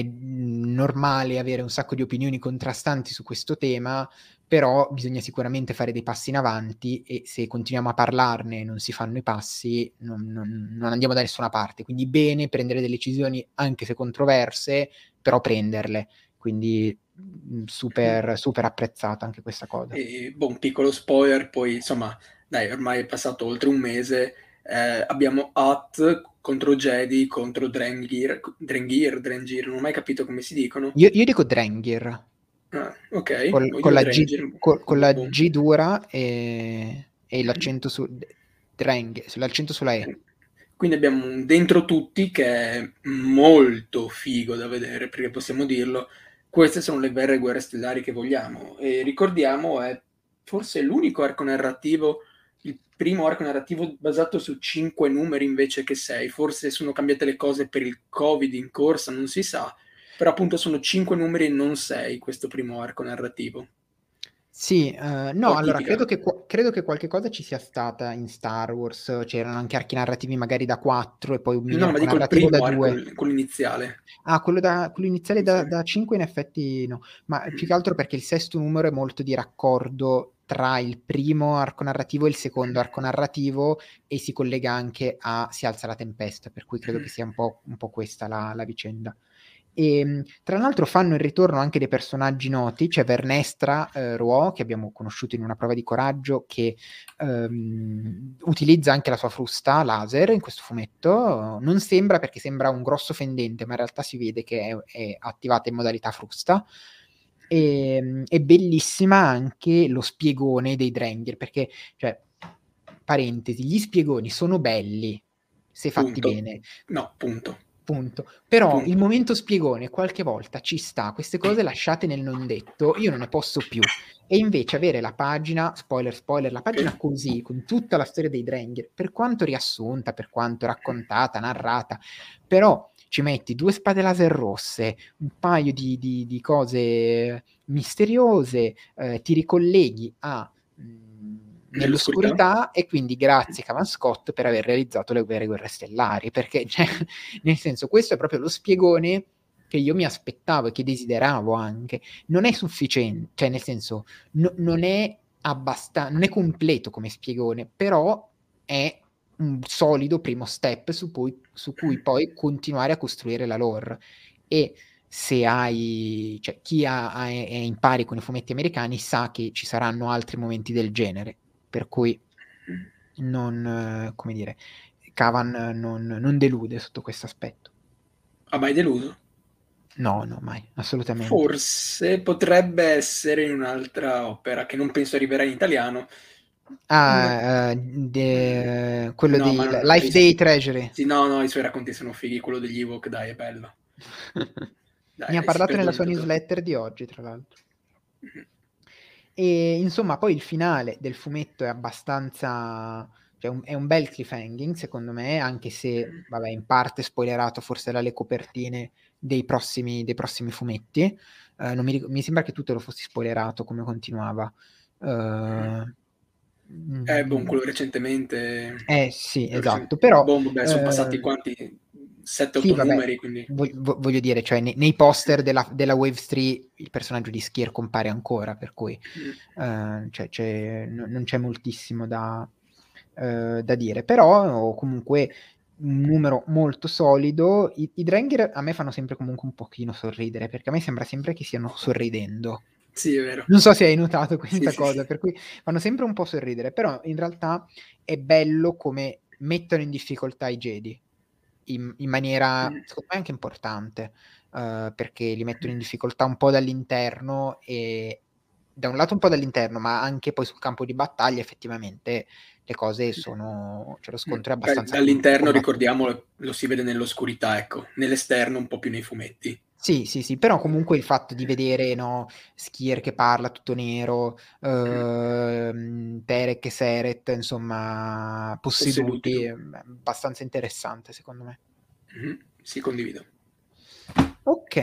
A: normale avere un sacco di opinioni contrastanti su questo tema, però bisogna sicuramente fare dei passi in avanti e se continuiamo a parlarne e non si fanno i passi non, non, non andiamo da nessuna parte, quindi bene prendere delle decisioni anche se controverse, però prenderle, quindi super, super apprezzata anche questa cosa.
B: E, boh, un piccolo spoiler, poi insomma, dai, ormai è passato oltre un mese, eh, abbiamo Hutt contro Jedi, contro Drengir, Drengir, Drengir, non ho mai capito come si dicono.
A: Io, io dico Drengir,
B: Ah, ok,
A: col- con,
B: io
A: la G,
B: Drengir,
A: col- con
B: boh,
A: la
B: boh.
A: G dura e, e l'accento su Dreng, l'accento sulla E.
B: Quindi abbiamo un dentro tutti che è molto figo da vedere, perché possiamo dirlo, queste sono le vere guerre stellari che vogliamo. E ricordiamo, è forse l'unico arco narrativo, il primo arco narrativo basato su cinque numeri invece che sei. Forse sono cambiate le cose per il Covid in corsa, non si sa, però appunto sono cinque numeri e non sei questo primo arco narrativo.
A: Sì, eh,
B: Un po'
A: no, allora credo
B: atipica.
A: che, qua- credo che qualche cosa ci sia stata in Star Wars, c'erano anche archi narrativi magari da quattro e poi un mini
B: No, ma
A: arco
B: dico il
A: narrativo da
B: primo arco,
A: due.
B: quello iniziale.
A: Ah, quello, da, quello iniziale
B: Sì.
A: da, da cinque in effetti no, ma più che
B: Mm.
A: altro perché il sesto numero è molto di raccordo tra il primo arco narrativo e il secondo arco narrativo e si collega anche a Si alza la tempesta, per cui credo che sia un po', un po' questa la, la vicenda. E tra l'altro fanno il ritorno anche dei personaggi noti, c'è Vernestra eh, Roò, che abbiamo conosciuto in una prova di coraggio, che ehm, utilizza anche la sua frusta laser in questo fumetto. Non sembra, perché sembra un grosso fendente, ma in realtà si vede che è, è attivata in modalità frusta. E, è bellissima anche lo spiegone dei Drengir, perché, cioè, parentesi, gli spiegoni sono belli se fatti
B: Punto.
A: bene.
B: No, punto.
A: Punto. Però il
B: Punto.
A: momento spiegone qualche volta ci sta, queste cose lasciate nel non detto, io non ne posso più. E invece avere la pagina, spoiler, spoiler, la pagina
B: Ok.
A: così, con tutta la storia dei Drengir, per quanto riassunta, per quanto raccontata, narrata, però ci metti due spade laser rosse, un paio di, di, di cose misteriose, eh, ti ricolleghi a mh,
B: Nell'oscurità?
A: nell'oscurità, e quindi grazie Cavan Scott per aver realizzato le vere guerre stellari, perché cioè, nel senso, questo è proprio lo spiegone che io mi aspettavo e che desideravo anche. Non è sufficiente, cioè nel senso, no, non è abbastanza, non è completo come spiegone, però è un solido primo step su cui, su cui poi continuare a costruire la lore. E se hai, cioè chi ha, ha, è in pari con i fumetti americani sa che ci saranno altri momenti del genere, per cui non, eh, come dire, Cavan non, non delude sotto questo aspetto.
B: Ha mai deluso?
A: No, no, mai, assolutamente.
B: Forse potrebbe essere in un'altra opera che non penso arriverà in italiano. Mm,
A: Ah, eh,
B: mm,
A: de- quello
B: no, ma
A: di
B: non ha
A: Life
B: i su-
A: Day Treasury.
B: sì, no, no, i suoi racconti sono fighi, quello degli Ewok, dai, è bello.
A: Mi ha
B: Dai, si
A: parlato nella
B: perdona
A: sua
B: tutto.
A: newsletter di oggi, tra l'altro.
B: Mhm.
A: E insomma, poi il finale del fumetto è abbastanza, cioè un- è un bel cliffhanging, secondo me, anche se, vabbè, in parte spoilerato forse dalle copertine dei prossimi, dei prossimi fumetti. Eh, non mi, ric- mi sembra che tu te lo fossi spoilerato come continuava. Eh,
B: Eh, boh,
A: mm,
B: quello recentemente...
A: eh sì,
B: quello recen-
A: esatto, però
B: boh, vabbè, sono passati
A: eh,
B: quanti? sette
A: sì,
B: otto
A: vabbè,
B: numeri, quindi...
A: vo- vo- voglio dire, cioè, nei, nei poster della, della Wave tre il personaggio di Skier compare ancora, per cui
B: Mm.
A: eh, cioè, c'è- no- non c'è moltissimo da, eh, da dire, però comunque un numero molto solido. I, i Drengir a me fanno sempre comunque un pochino sorridere, perché a me sembra sempre che stiano sorridendo.
B: Sì, è vero.
A: Non so se hai notato
B: Sì,
A: questa
B: sì, sì.
A: cosa, per cui fanno sempre un po' sorridere, però in realtà è bello come mettono in difficoltà i Jedi in, in maniera,
B: Mm.
A: secondo me, anche importante, eh, perché li mettono in difficoltà un po' dall'interno, e da un lato un po' dall'interno, ma anche poi sul campo di battaglia effettivamente le cose sono, cioè lo
B: Mm.
A: scontro è
B: Beh,
A: abbastanza com-
B: dall'interno,
A: combattuto.
B: ricordiamolo, lo si vede nell'oscurità, ecco. Nell'esterno un po' più nei fumetti.
A: Sì, sì, sì, però comunque il fatto di vedere, no, Skier che parla tutto nero,
B: Mm.
A: ehm, Terek e Seret, insomma,
B: Posseduti.
A: posseduti, è abbastanza interessante secondo me.
B: Mhm. Sì, condivido.
A: Ok,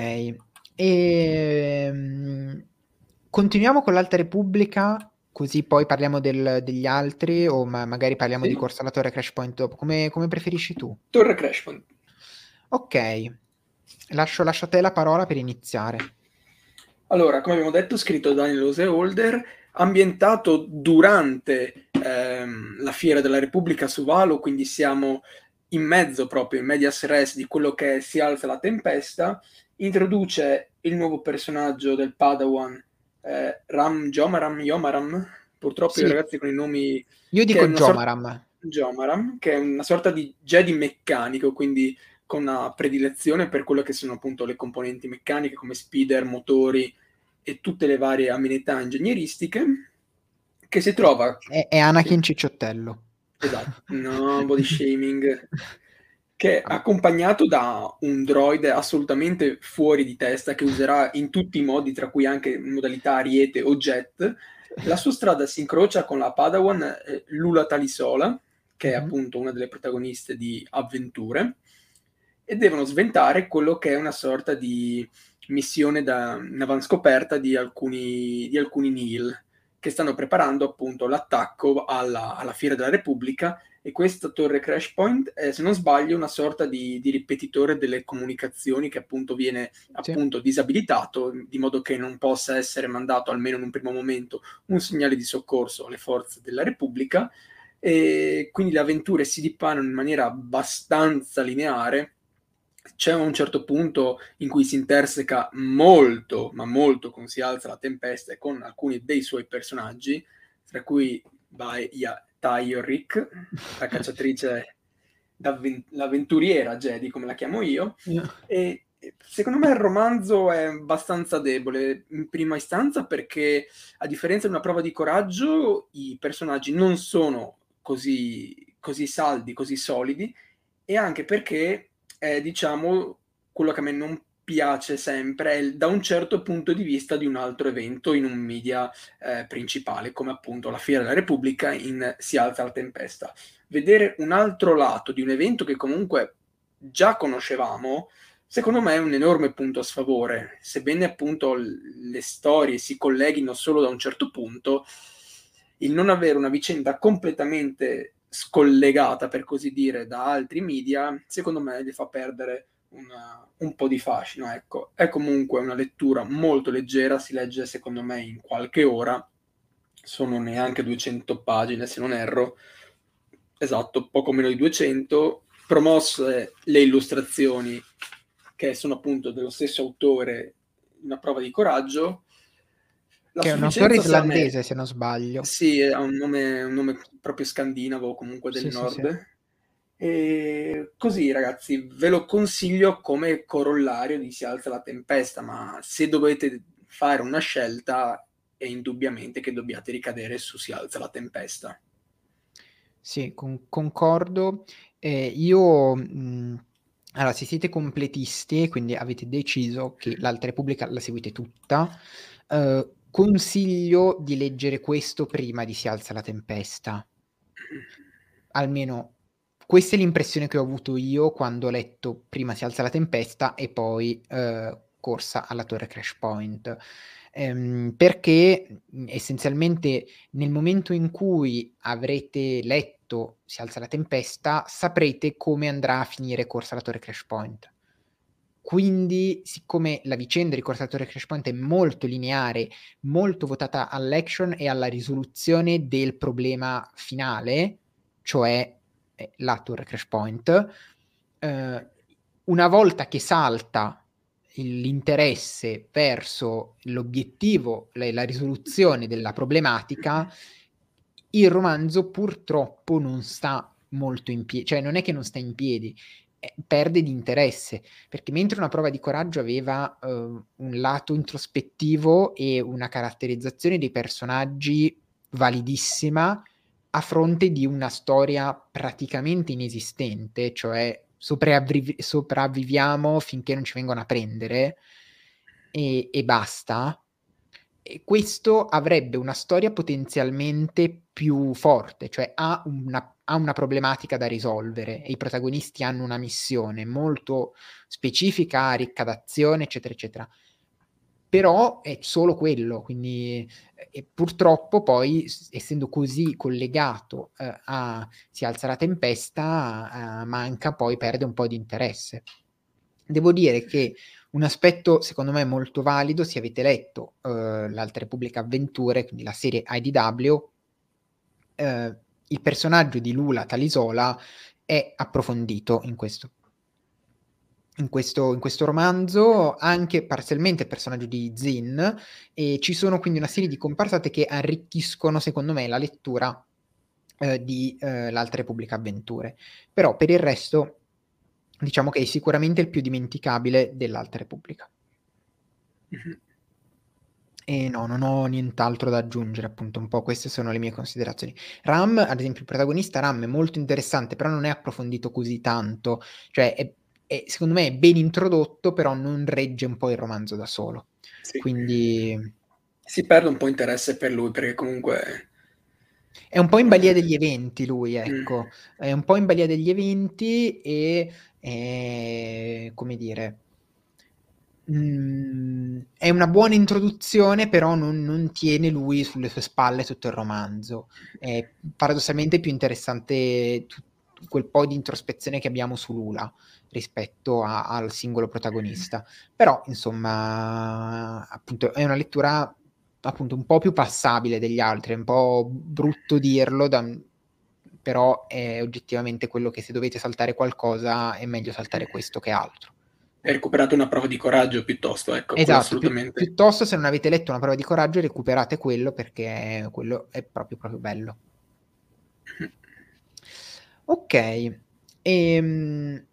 A: ehm, continuiamo con l'Alta Repubblica, così poi parliamo del- degli altri, o ma- magari parliamo di
B: Sì.
A: Corsa alla Torre Crash Point dopo, come, come preferisci tu?
B: Torre Crashpoint.
A: Ok, lascio, lascio a te la parola per iniziare.
B: Allora, come abbiamo detto, scritto da Daniel Oseholder, ambientato durante ehm, la Fiera della Repubblica su Valo, quindi siamo in mezzo proprio, in medias res di quello che è Si alza la tempesta, introduce il nuovo personaggio del Padawan, eh, Ram Jomaram, Yomaram, purtroppo i
A: Sì,
B: ragazzi con i nomi,
A: io
B: che è
A: dico
B: una sorta,
A: Jomaram.
B: Jomaram, che è una sorta di Jedi meccanico, quindi con una predilezione per quello che sono appunto le componenti meccaniche come speeder, motori e tutte le varie amenità ingegneristiche, che si
A: È,
B: trova,
A: è- è
B: sì,
A: Anakin Cicciottello.
B: esatto, no body shaming, che è accompagnato da un droide assolutamente fuori di testa che userà in tutti i modi, tra cui anche in modalità ariete o jet. La sua strada si incrocia con la Padawan eh, Lula Talisola, che è
A: Mhm.
B: appunto una delle protagoniste di Avventure, e devono sventare quello che è una sorta di missione da, in avanscoperta di alcuni, di alcuni Nihil, che stanno preparando appunto l'attacco alla, alla Fiera della Repubblica, e questa torre Crash Point è, se non sbaglio, una sorta di, di ripetitore delle comunicazioni che appunto viene
A: Sì.
B: appunto disabilitato, di modo che non possa essere mandato, almeno in un primo momento, un segnale di soccorso alle forze della Repubblica, e quindi le avventure si dipanano in maniera abbastanza lineare, c'è un certo punto in cui si interseca molto, ma molto con Si alza la tempesta e con alcuni dei suoi personaggi, tra cui Baia Tayorik, la cacciatrice, d'avven- l'avventuriera Jedi, come la chiamo io, e e secondo me il romanzo è abbastanza debole in prima istanza perché, a differenza di Una prova di coraggio, i personaggi non sono così, così saldi, così solidi, e anche perché, eh, diciamo, quello che a me non piace sempre è il- da un certo punto di vista di un altro evento in un media eh, principale, come appunto la Fiera della Repubblica in Si alza la tempesta. Vedere un altro lato di un evento che comunque già conoscevamo, secondo me è un enorme punto a sfavore. Sebbene appunto l- le storie si colleghino solo da un certo punto, il non avere una vicenda completamente scollegata, per così dire, da altri media, secondo me gli fa perdere una- un po' di fascino. Ecco. È comunque una lettura molto leggera, si legge secondo me in qualche ora, sono neanche duecento pagine se non erro, esatto, poco meno di duecento, promosse le illustrazioni che sono appunto dello stesso autore, Una prova di coraggio. La
A: Che è un autore
B: sufficienza sarà ne
A: islandese, se non sbaglio.
B: sì, ha un nome un nome proprio scandinavo, comunque del
A: Sì, sì, sì.
B: nord. E così ragazzi, ve lo consiglio come corollario di Si alza la tempesta, ma se dovete fare una scelta è indubbiamente che dobbiate ricadere su Si alza la tempesta.
A: Sì, con- concordo. Eh, io, mh, allora, se siete completisti, quindi avete deciso che l'Alta Repubblica la seguite tutta, eh, consiglio di leggere questo prima di Si alza la tempesta. Almeno questa è l'impressione che ho avuto io quando ho letto prima Si alza la tempesta e poi eh, Corsa alla Torre Crash Point. Ehm, perché mh, essenzialmente nel momento in cui avrete letto Si alza la tempesta, saprete come andrà a finire Corsa alla Torre Crash Point. Quindi, siccome la vicenda di Corsa alla Torre Crash Point è molto lineare, molto votata all'action e alla risoluzione del problema finale, cioè eh, la Torre Crash Point, eh, una volta che salta l'interesse verso l'obiettivo, la, la risoluzione della problematica, il romanzo purtroppo non sta molto in piedi, cioè non è che non sta in piedi, eh, perde di interesse, perché mentre Una prova di coraggio aveva eh, un lato introspettivo e una caratterizzazione dei personaggi validissima, a fronte di una storia praticamente inesistente, cioè sopravviv- sopravviviamo finché non ci vengono a prendere e, e basta. E questo avrebbe una storia potenzialmente più forte, cioè ha una, ha una problematica da risolvere e i protagonisti hanno una missione molto specifica, ricca d'azione, eccetera, eccetera. Però è solo quello, quindi e purtroppo poi, essendo così collegato eh, a Si alza la tempesta, eh, manca poi, perde un po' di interesse. Devo dire che un aspetto secondo me molto valido, se avete letto eh, l'Alta Repubblica Avventure, quindi la serie I D W, eh, il personaggio di Lula Talisola è approfondito in questo in questo, in questo romanzo, anche parzialmente il personaggio di Zin, e ci sono quindi una serie di comparsate che arricchiscono, secondo me, la lettura eh, di eh, l'Alta Repubblica Avventure. Però per il resto, diciamo che è sicuramente il più dimenticabile dell'Alta Repubblica. E no, non ho nient'altro da aggiungere, appunto, un po' queste sono le mie considerazioni. Ram, ad esempio, il protagonista Ram è molto interessante, però non è approfondito così tanto, cioè è, è- secondo me è ben introdotto, però non regge un po' il romanzo da solo.
B: Sì.
A: Quindi
B: Si perde un po' interesse per lui perché comunque...
A: è un po' in balia
B: eh,
A: degli eventi lui,
B: mm,
A: ecco, è un po' in balia degli eventi e, eh, come dire, mm, è una buona introduzione, però non, non tiene lui sulle sue spalle tutto il romanzo. È paradossalmente più interessante tu- quel po' di introspezione che abbiamo su Lula rispetto a- al singolo protagonista. Però, insomma, appunto, è una lettura appunto un po' più passabile degli altri, è un po' brutto dirlo, da- però è oggettivamente quello che se dovete saltare qualcosa è meglio saltare questo che altro.
B: recuperate una prova di coraggio piuttosto, ecco, quello
A: Esatto, pi-
B: assolutamente.
A: piuttosto se non avete letto una prova di coraggio recuperate quello perché quello è proprio proprio bello. Ok, ehm,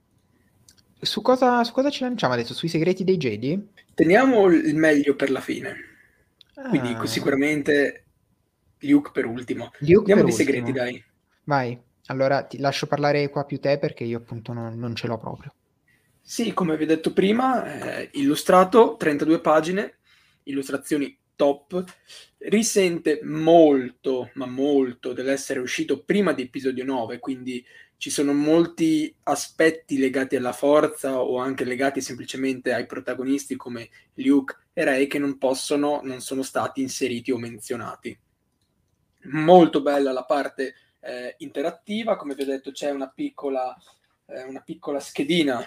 A: su cosa, su cosa ci lanciamo adesso? Sui segreti dei Jedi?
B: Teniamo il meglio per la fine, quindi
A: Ah,
B: sicuramente Luke per ultimo.
A: Luke
B: Andiamo
A: per
B: di segreti,
A: ultimo.
B: dai.
A: Vai, allora ti lascio parlare qua più te perché io appunto non, non ce l'ho proprio.
B: Sì, come vi ho detto prima, eh, illustrato, trentadue pagine, illustrazioni top, risente molto, ma molto dell'essere uscito prima di episodio nove, quindi ci sono molti aspetti legati alla forza o anche legati semplicemente ai protagonisti come Luke e Rey che non possono, non sono stati inseriti o menzionati. Molto bella la parte eh, interattiva, come vi ho detto c'è una piccola, eh, una piccola schedina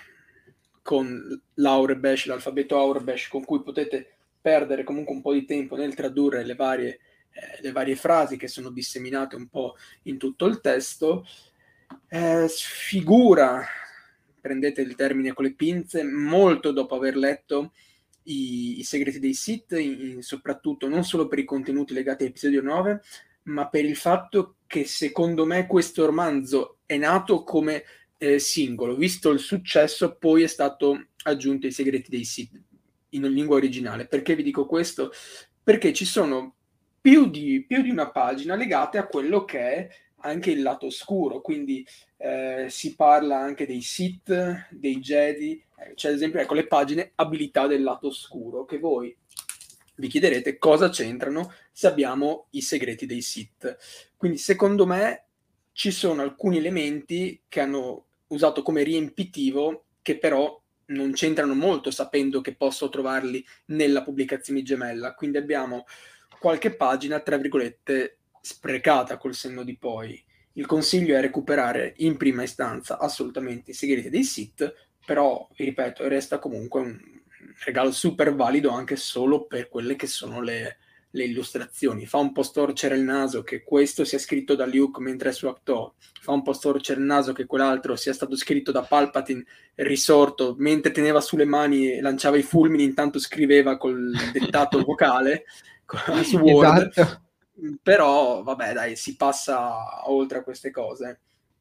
B: con l'Aurebesh, l'alfabeto Aurebesh, con cui potete perdere comunque un po' di tempo nel tradurre le varie, eh, le varie frasi che sono disseminate un po' in tutto il testo. Eh, sfigura, prendete il termine con le pinze, molto dopo aver letto i, i segreti dei Sith, in, in, soprattutto non solo per i contenuti legati all'episodio nove, ma per il fatto che secondo me questo romanzo è nato come eh, singolo, visto il successo poi è stato aggiunto ai segreti dei Sith in lingua originale. Perché vi dico questo? Perché ci sono più di, più di una pagina legate a quello che è anche il lato oscuro, quindi eh, si parla anche dei Sith, dei Jedi, eh, c'è ad esempio ecco, le pagine abilità del lato oscuro, che voi vi chiederete cosa c'entrano se abbiamo i segreti dei Sith. Quindi secondo me ci sono alcuni elementi che hanno usato come riempitivo che però non c'entrano molto sapendo che posso trovarli nella pubblicazione gemella. Quindi abbiamo qualche pagina, tra virgolette, sprecata col senno di poi. Il consiglio è recuperare in prima istanza assolutamente i segreti dei Sith, però, vi ripeto, resta comunque un regalo super valido anche solo per quelle che sono le, le illustrazioni. Fa un po' storcere il naso che questo sia scritto da Luke mentre è su Acto, fa un po' storcere il naso che quell'altro sia stato scritto da Palpatine risorto mentre teneva sulle mani e lanciava i fulmini, intanto scriveva col dettato vocale su Word.
A: Esatto.
B: Però vabbè dai, si passa oltre a queste cose.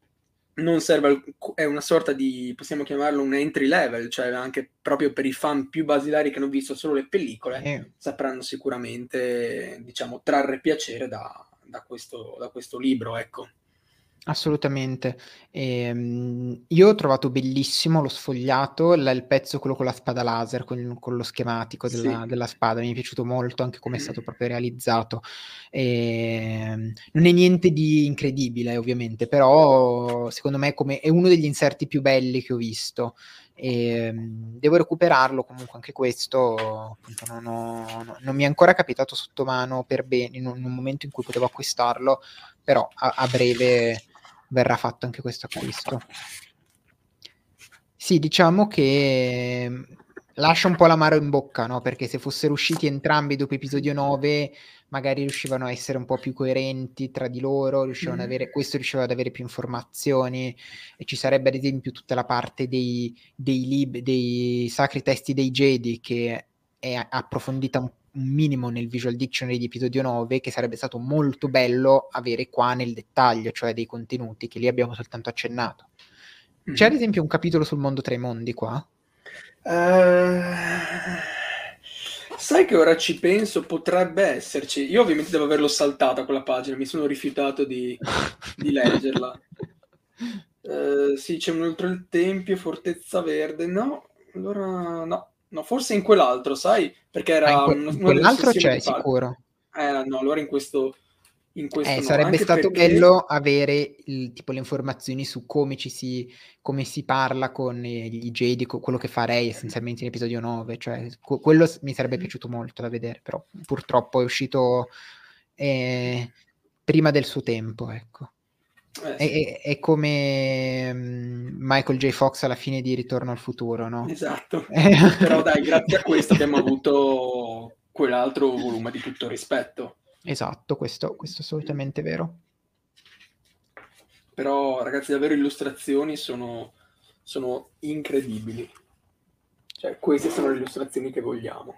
B: Non serve, è una sorta di, possiamo chiamarlo un entry level, cioè anche proprio per i fan più basilari che hanno visto solo le pellicole,
A: Sì.
B: sapranno sicuramente, diciamo, trarre piacere da, da questo, da questo libro, ecco.
A: Assolutamente. Ehm, io ho trovato bellissimo lo sfogliato, la- il pezzo quello con la spada laser, con, con lo schematico della,
B: Sì.
A: della spada, mi è piaciuto molto anche come è stato proprio realizzato. Ehm, non è niente di incredibile, ovviamente, però secondo me è, come, è uno degli inserti più belli che ho visto. Ehm, devo recuperarlo comunque anche questo, appunto non, ho- no- non mi è ancora capitato sotto mano per bene in un, in un momento in cui potevo acquistarlo, però a, a breve verrà fatto anche questo acquisto. Sì, diciamo che mh, lascia un po' l'amaro in bocca, no? Perché se fossero usciti entrambi dopo episodio nove, magari riuscivano a essere un po' più coerenti tra di loro, riuscivano ad avere, questo riusciva ad avere più informazioni e ci sarebbe ad esempio tutta la parte dei, dei, lib- dei sacri testi dei Jedi che è approfondita un, un minimo nel Visual Dictionary di episodio nove, che sarebbe stato molto bello avere qua nel dettaglio, cioè dei contenuti che lì abbiamo soltanto accennato. C'è ad
B: Mm-hmm.
A: esempio un capitolo sul mondo tra i mondi qua?
B: Uh, sai che ora ci penso, potrebbe esserci. Io ovviamente devo averlo saltata quella pagina, mi sono rifiutato di, di leggerla. Uh, sì, c'è un oltre il tempio, Fortezza Verde. No, allora no, no, forse in quell'altro, sai? Perché
A: Ah, in,
B: era
A: que-
B: una,
A: in
B: una delle
A: quell'altro
B: sessioni
A: c'è
B: di Palpatine.
A: sicuro.
B: Eh, no, allora in questo, in
A: Eh,
B: questo no,
A: sarebbe
B: anche
A: stato
B: perché
A: bello avere il- tipo le informazioni su come ci si, come si parla con eh, gli Jedi, co- quello che farei essenzialmente in episodio nove, cioè que- quello s- mi sarebbe piaciuto molto da vedere, però purtroppo è uscito eh, prima del suo tempo, ecco.
B: eh,
A: È,
B: sì,
A: è- è come mm, Michael J. Fox alla fine di Ritorno al futuro, no?
B: esatto. Però dai, grazie a questo abbiamo avuto quell'altro volume di tutto rispetto.
A: Esatto, questo, questo è assolutamente vero.
B: Però ragazzi, davvero illustrazioni sono, sono incredibili. Cioè, queste sono le illustrazioni che vogliamo.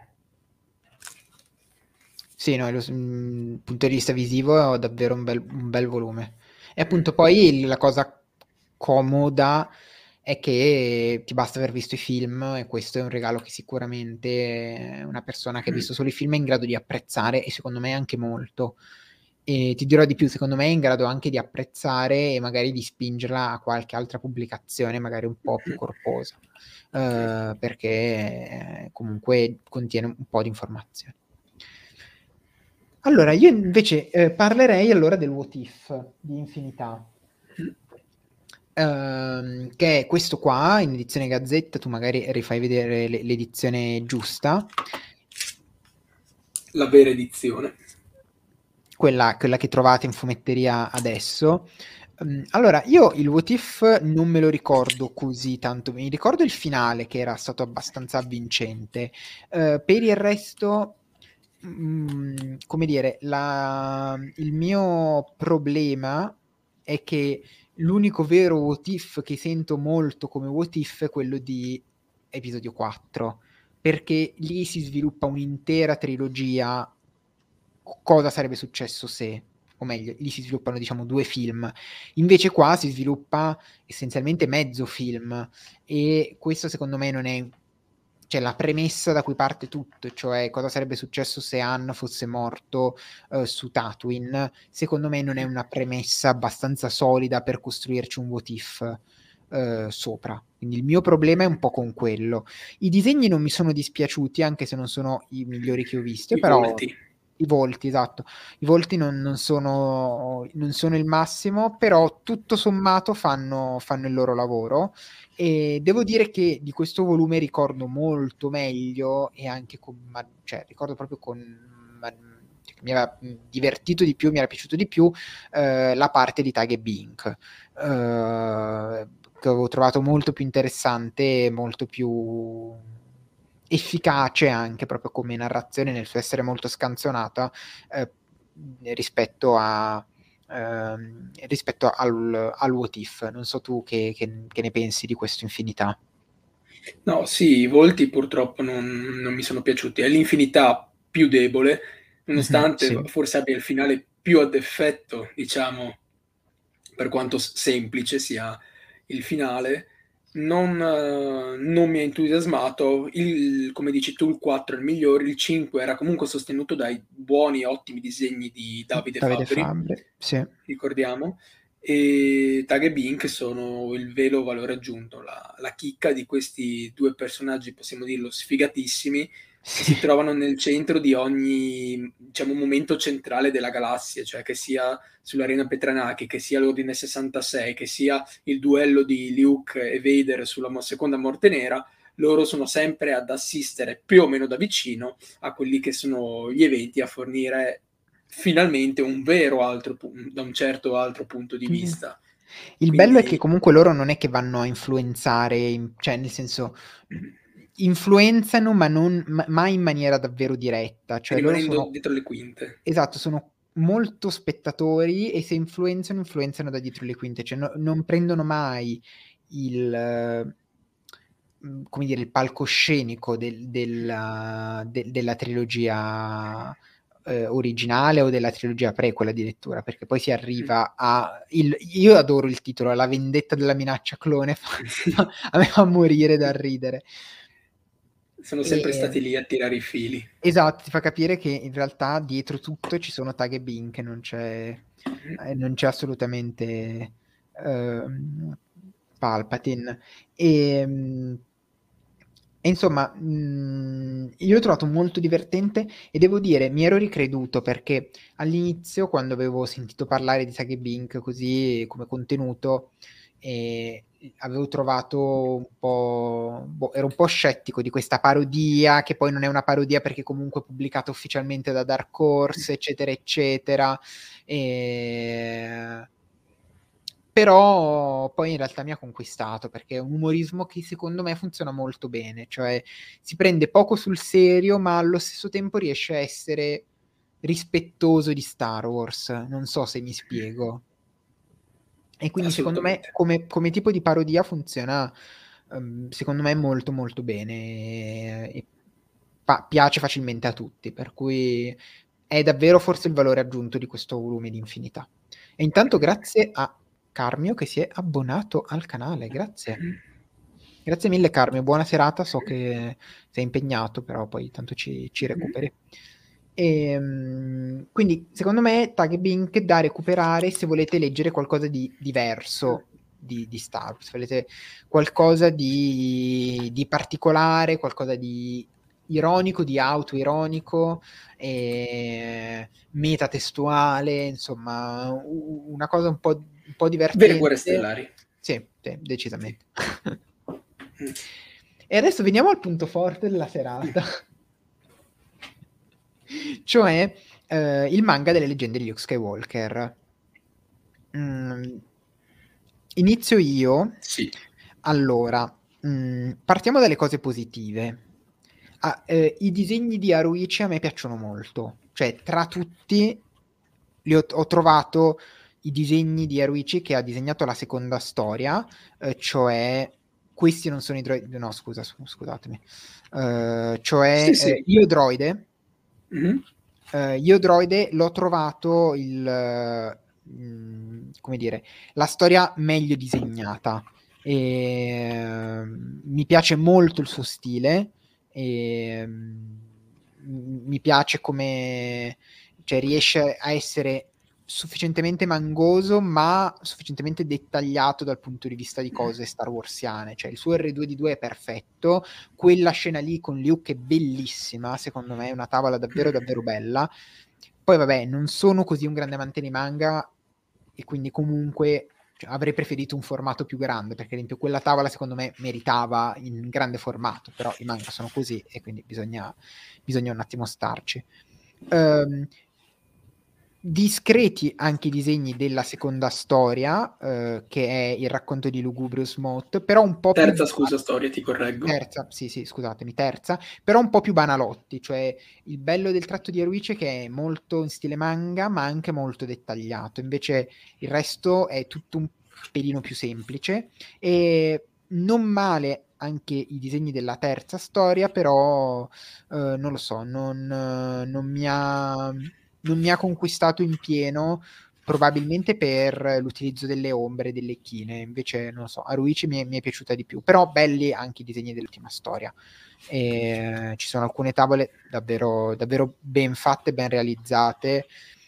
A: Sì, no, dal punto di vista visivo è davvero un bel, un bel volume. E appunto poi il- la cosa comoda è che ti basta aver visto i film e questo è un regalo che sicuramente una persona che ha visto solo i film è in grado di apprezzare e secondo me anche molto. E ti dirò di più, secondo me è in grado anche di apprezzare e magari di spingerla a qualche altra pubblicazione, magari un po' più corposa, eh, perché eh, comunque contiene un po' di informazioni. Allora, io invece eh, parlerei allora del What If di Infinità, ehm, che è questo qua, in edizione Gazzetta, tu magari rifai vedere l- l'edizione giusta,
B: La vera edizione.
A: quella, quella che trovate in fumetteria adesso. Um, allora, io il What If non me lo ricordo così tanto, mi ricordo il finale che era stato abbastanza avvincente. Uh, per il resto, mm, come dire, la- il mio problema è che l'unico vero What If che sento molto come What If è quello di episodio quattro, perché lì si sviluppa un'intera trilogia. Cosa sarebbe successo se, o meglio, lì si sviluppano diciamo due film, invece qua si sviluppa essenzialmente mezzo film e questo secondo me non è, cioè, la premessa da cui parte tutto, cioè cosa sarebbe successo se Han fosse morto uh, su Tatooine, secondo me non è una premessa abbastanza solida per costruirci un what if uh, sopra. Quindi il mio problema è un po' con quello. I disegni non mi sono dispiaciuti, anche se non sono i migliori che ho visto,
B: I
A: però
B: volti.
A: i volti, esatto. I volti non, non sono, non sono il massimo, però tutto sommato fanno, fanno il loro lavoro. E devo dire che di questo volume ricordo molto meglio e anche con, ma- cioè, ricordo proprio con, ma- cioè, mi aveva divertito di più, mi era piaciuto di più eh, la parte di Tag e Bink, eh, che avevo trovato molto più interessante, molto più efficace anche proprio come narrazione nel suo essere molto scanzonata eh, rispetto a ehm, rispetto al, al What If. Non so tu che, che- che ne pensi di questo Infinità.
B: No, sì, i volti purtroppo non, non mi sono piaciuti. È l'infinità più debole,
A: Mhm,
B: nonostante
A: sì.
B: forse abbia il finale più ad effetto, diciamo, per quanto s- semplice sia il finale, non, eh, non mi ha entusiasmato. Il, come dici tu, il quattro è il migliore, il cinque era comunque sostenuto dai buoni e ottimi disegni di Davide
A: Davide
B: Fabbri,
A: Fabbri, sì.
B: ricordiamo, e Tag e Bink sono il vero valore aggiunto, la, la chicca di questi due personaggi, possiamo dirlo, sfigatissimi, che
A: Sì.
B: si trovano nel centro di ogni, diciamo, momento centrale della galassia, cioè che sia sull'Arena Petranaki, che sia l'Ordine sessantasei, che sia il duello di Luke e Vader sulla mo- seconda Morte Nera, loro sono sempre ad assistere più o meno da vicino a quelli che sono gli eventi, a fornire finalmente un vero altro pu- da un certo altro punto di
A: Mm.
B: vista.
A: Il bello è che
B: Quindi
A: comunque loro non è che vanno a influenzare, in- cioè nel senso influenzano ma non ma- mai in maniera davvero diretta, cioè loro
B: rimanendo
A: sono,
B: dietro le quinte.
A: esatto, sono molto spettatori e se influenzano, influenzano da dietro le quinte, cioè no- non prendono mai il, eh, mh, come dire, il palcoscenico del- della, de- della trilogia eh, originale o della trilogia prequel addirittura, perché poi si arriva a... il- io adoro il titolo, La vendetta della minaccia clone, fa- fa- a me fa morire da ridere.
B: Sono sempre
A: E,
B: stati lì a tirare i fili.
A: esatto, ti fa capire che in realtà dietro tutto ci sono Tag e Bink, non c'è, eh, non c'è assolutamente ehm, Palpatine. E, mh, e insomma, mh, io l'ho trovato molto divertente e devo dire, mi ero ricreduto perché all'inizio, quando avevo sentito parlare di Tag e Bink così come contenuto, eh, avevo trovato un po', boh, ero un po' scettico di questa parodia, che poi non è una parodia perché comunque è pubblicata ufficialmente da Dark Horse, eccetera, eccetera. E... Però poi in realtà mi ha conquistato perché è un umorismo che secondo me funziona molto bene, cioè si prende poco sul serio, ma allo stesso tempo riesce a essere rispettoso di Star Wars. Non so se mi spiego. E quindi secondo me
B: Assolutamente.
A: come, come tipo di parodia funziona, um, secondo me molto molto bene e, e pa- piace facilmente a tutti, per cui è davvero forse il valore aggiunto di questo volume di Infinità. E intanto grazie a Carmio che si è abbonato al canale, grazie. Grazie mille Carmio, buona serata, so che sei impegnato, però poi tanto ci, ci recuperi. E, um, quindi secondo me Tag Bink da recuperare se volete leggere qualcosa di diverso di, di Star Wars, se volete qualcosa di, di particolare, qualcosa di ironico, di autoironico, e metatestuale, insomma u- una cosa un po', un po'
B: Vere Guerre
A: divertente.
B: Stellari.
A: Sì, sì, decisamente. E adesso veniamo al punto forte della serata. Cioè eh, il manga delle leggende di Luke Skywalker. Mm, inizio io.
B: Sì.
A: Allora, mm, partiamo dalle cose positive. Ah, eh, i disegni di Haruichi a me piacciono molto. Cioè, tra tutti li ho, ho trovato i disegni di Haruichi che ha disegnato la seconda storia, eh, cioè questi non sono i droidi, no scusa, scusatemi, uh, cioè
B: Sì,
A: eh,
B: sì.
A: Io Droide.
B: Mm-hmm.
A: Uh, Io Droide l'ho trovato il, uh, come dire, la storia meglio disegnata e uh, mi piace molto il suo stile e um, mi piace come, cioè, riesce a essere sufficientemente mangoso ma sufficientemente dettagliato dal punto di vista di cose Star Warsiane, cioè il suo erre due D due è perfetto, quella scena lì con Luke è bellissima, secondo me è una tavola davvero davvero bella. Poi vabbè, non sono così un grande amante di manga e quindi comunque cioè, avrei preferito un formato più grande, perché ad esempio quella tavola secondo me meritava in grande formato, però i manga sono così e quindi bisogna, bisogna un attimo starci. Um, discreti anche i disegni della seconda storia, eh, che è il racconto di Lugubrious Moth, però un po'
B: Terza,
A: più...
B: scusa, storia, ti correggo.
A: Terza, sì, sì, scusatemi, terza, però un po' più banalotti, cioè il bello del tratto di Haruichi è che è molto in stile manga, ma anche molto dettagliato, invece il resto è tutto un pelino più semplice e non male anche i disegni della terza storia, però eh, non lo so, non, eh, non mi ha, non mi ha conquistato in pieno, probabilmente per l'utilizzo delle ombre, delle chine, invece non lo so, Haruichi mi è, mi è piaciuta di più, però belli anche i disegni dell'ultima storia. E ci sono alcune tavole davvero, davvero ben fatte, ben realizzate.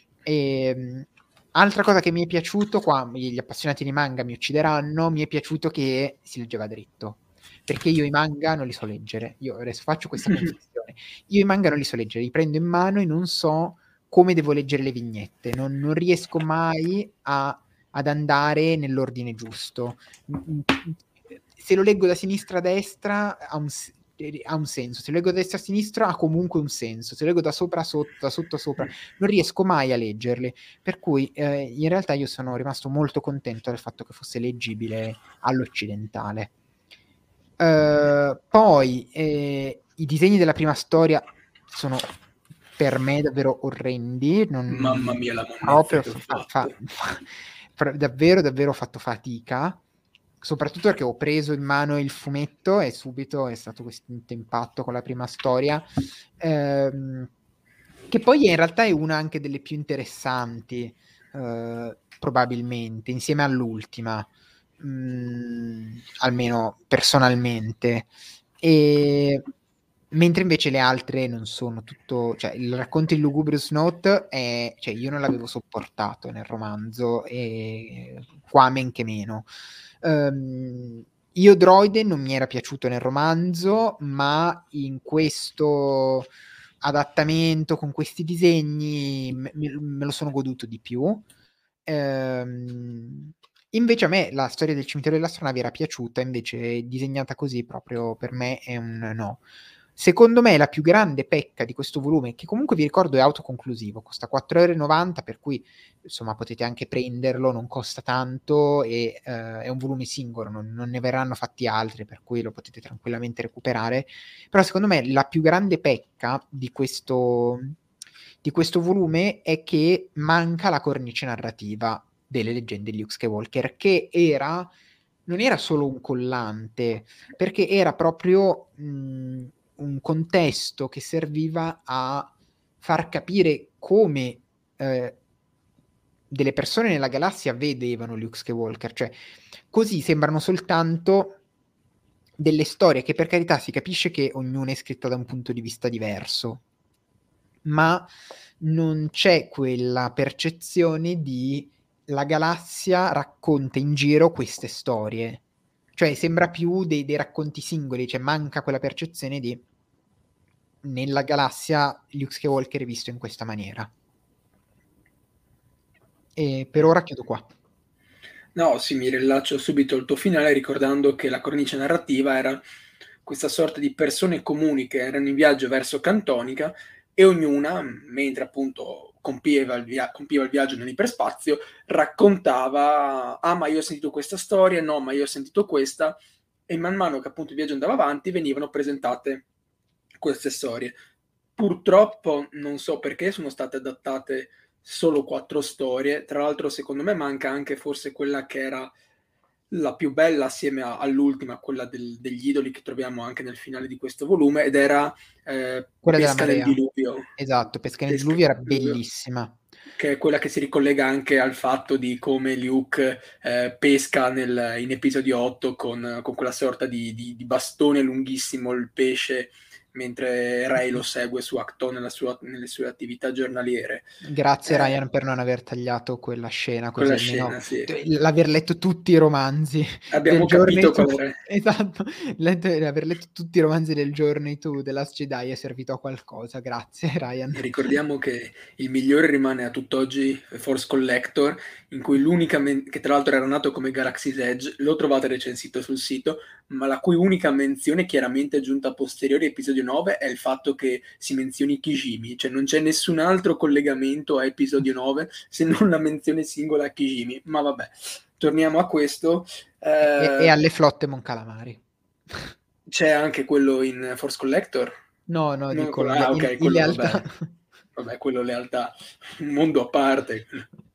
A: E, altra cosa che mi è piaciuto, qua gli appassionati di manga mi uccideranno, mi è piaciuto che si leggeva dritto, perché io i manga non li so leggere, io adesso faccio questa confessione, io i manga non li so leggere, li prendo in mano e non so come devo leggere le vignette, non, non riesco mai a, ad andare nell'ordine giusto. Se lo leggo da sinistra a destra ha un, ha un senso, se lo leggo da destra a sinistra ha comunque un senso, se lo leggo da sopra a sotto, da sotto a sopra, non riesco mai a leggerli, per cui eh, in realtà io sono rimasto molto contento del fatto che fosse leggibile all'occidentale. Uh, poi eh, i disegni della prima storia sono per me davvero orrendi, non,
B: Mamma mia, la monnezza
A: proprio
B: che ho
A: fa,
B: fatto.
A: fa, fa, davvero davvero ho fatto fatica, soprattutto perché ho preso in mano il fumetto e subito è stato questo impatto con la prima storia, ehm, che poi in realtà è una anche delle più interessanti, eh, probabilmente, insieme all'ultima. Mh, almeno personalmente, e mentre invece le altre non sono tutto, cioè il racconto di Lugubrious Note è, cioè io non l'avevo sopportato nel romanzo e qua men che meno. Um, io Droide non mi era piaciuto nel romanzo, ma in questo adattamento con questi disegni me, me lo sono goduto di più. Ehm, invece a me la storia del cimitero delle astronavi era piaciuta, invece disegnata così proprio per me è un no. Secondo me la più grande pecca di questo volume, che comunque vi ricordo è autoconclusivo, costa quattro e novanta euro, per cui insomma potete anche prenderlo, non costa tanto e eh, è un volume singolo, non, non ne verranno fatti altri, per cui lo potete tranquillamente recuperare. Però secondo me la più grande pecca di questo, di questo volume è che manca la cornice narrativa delle leggende di Luke Skywalker, che era non era solo un collante, perché era proprio mh, un contesto che serviva a far capire come eh, delle persone nella galassia vedevano Luke Skywalker, cioè così sembrano soltanto delle storie che, per carità, si capisce che ognuna è scritta da un punto di vista diverso, ma non c'è quella percezione di la galassia racconta in giro queste storie, cioè sembra più dei, dei racconti singoli, cioè manca quella percezione di nella galassia Luke Skywalker è visto in questa maniera. E per ora chiudo qua.
B: No, sì, mi rilaccio subito al tuo finale ricordando che la cornice narrativa era questa sorta di persone comuni che erano in viaggio verso Cantonica e ognuna, mentre appunto compieva il, via- compiva il viaggio nell'iperspazio, raccontava, ah ma io ho sentito questa storia, no ma io ho sentito questa, e man mano che appunto il viaggio andava avanti venivano presentate queste storie. Purtroppo non so perché sono state adattate solo quattro storie, tra l'altro secondo me manca anche forse quella che era la più bella assieme a, all'ultima, quella del, degli idoli che troviamo anche nel finale di questo volume, ed era eh,
A: Quella della
B: Pesca nel
A: marea.
B: diluvio.
A: Esatto, Pesca nel
B: Pesca
A: diluvio era
B: nel diluvio,
A: bellissima.
B: che è quella che si ricollega anche al fatto di come Luke eh, pesca nel, in episodio otto con, con quella sorta di, di, di bastone lunghissimo il pesce, mentre Rey lo segue su Acton nella sua- nelle sue attività giornaliere.
A: Grazie
B: Eh,
A: Ryan per non aver tagliato quella scena, così
B: quella
A: almeno
B: scena, sì.
A: l'aver letto tutti i romanzi del
B: Abbiamo
A: Journey
B: capito
A: to...
B: qual era.
A: Esatto, letto- aver letto tutti i romanzi del Journey to The Last Jedi è servito a qualcosa, grazie Ryan.
B: E ricordiamo che il migliore rimane a tutt'oggi Force Collector, in cui l'unica, men- che tra l'altro era nato come Galaxy's Edge, lo trovate recensito sul sito, ma la cui unica menzione chiaramente giunta a posteriori episodio nove è il fatto che si menzioni Kijimi, cioè non c'è nessun altro collegamento a episodio nove se non la menzione singola a Kijimi, ma vabbè, torniamo a questo.
A: E, e
B: Eh,
A: alle flotte Mon Calamari.
B: c'è anche quello in Force Collector?
A: No, no,
B: Non
A: dico
B: quello-
A: in,
B: ah,
A: in-
B: ok,
A: in
B: quello
A: lealtà.
B: vabbè. Vabbè, quello lealtà, un mondo a parte.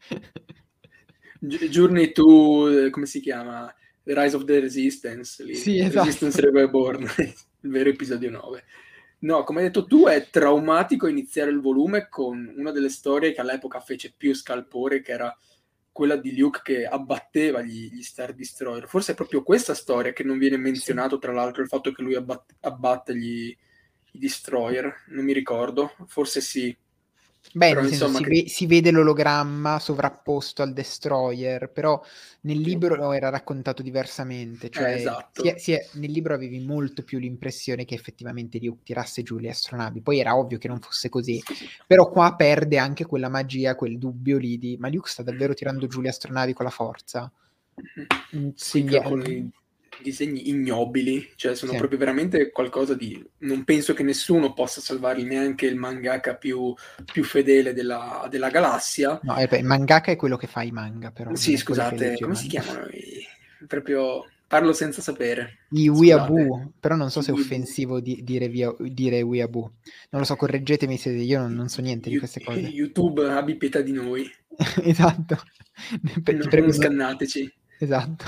B: Gi- Journey to, eh, come si chiama? The Rise of the Resistance, lì.
A: Sì,
B: Resistance
A: esatto.
B: Reborn, il vero episodio nove. No, come hai detto tu, è traumatico iniziare il volume con una delle storie che all'epoca fece più scalpore, che era quella di Luke che abbatteva gli, gli Star Destroyer. Forse è proprio questa storia che non viene
A: Sì.
B: menzionato, tra l'altro, il fatto che lui abbat- abbatte gli, i Destroyer, non mi ricordo, forse sì,
A: Beh,
B: però
A: nel senso
B: insomma
A: si,
B: che...
A: ve- si vede l'ologramma sovrapposto al Destroyer, però nel libro era raccontato diversamente,
B: Eh,
A: cioè si è-
B: esatto.
A: si è- nel libro avevi molto più l'impressione che effettivamente Luke tirasse giù le astronavi, poi era ovvio che non fosse così, però qua perde anche quella magia, quel dubbio lì di ma Luke sta davvero tirando giù le astronavi con la forza? Mm,
B: Sì,
A: Quindi
B: che
A: è-
B: con i disegni ignobili, cioè sono
A: sì.
B: proprio veramente qualcosa di... Non penso che nessuno possa salvarli, neanche il mangaka più, più fedele della, della galassia.
A: No, eh, beh, il mangaka è quello che fa i manga, però non
B: Sì,
A: è quello che
B: scusate,
A: legge i
B: come si
A: manga.
B: chiamano? I- Proprio parlo senza sapere.
A: I
B: Scusate.
A: weeaboo, però non so
B: I
A: se è
B: weeaboo.
A: offensivo di- dire, via- dire weeaboo. Non lo so, correggetemi se io non, non so niente di
B: You-
A: queste cose.
B: YouTube, abbi pietà di noi.
A: Esatto. Pe- Ti
B: No-
A: prego,
B: non
A: no-
B: scannateci.
A: esatto.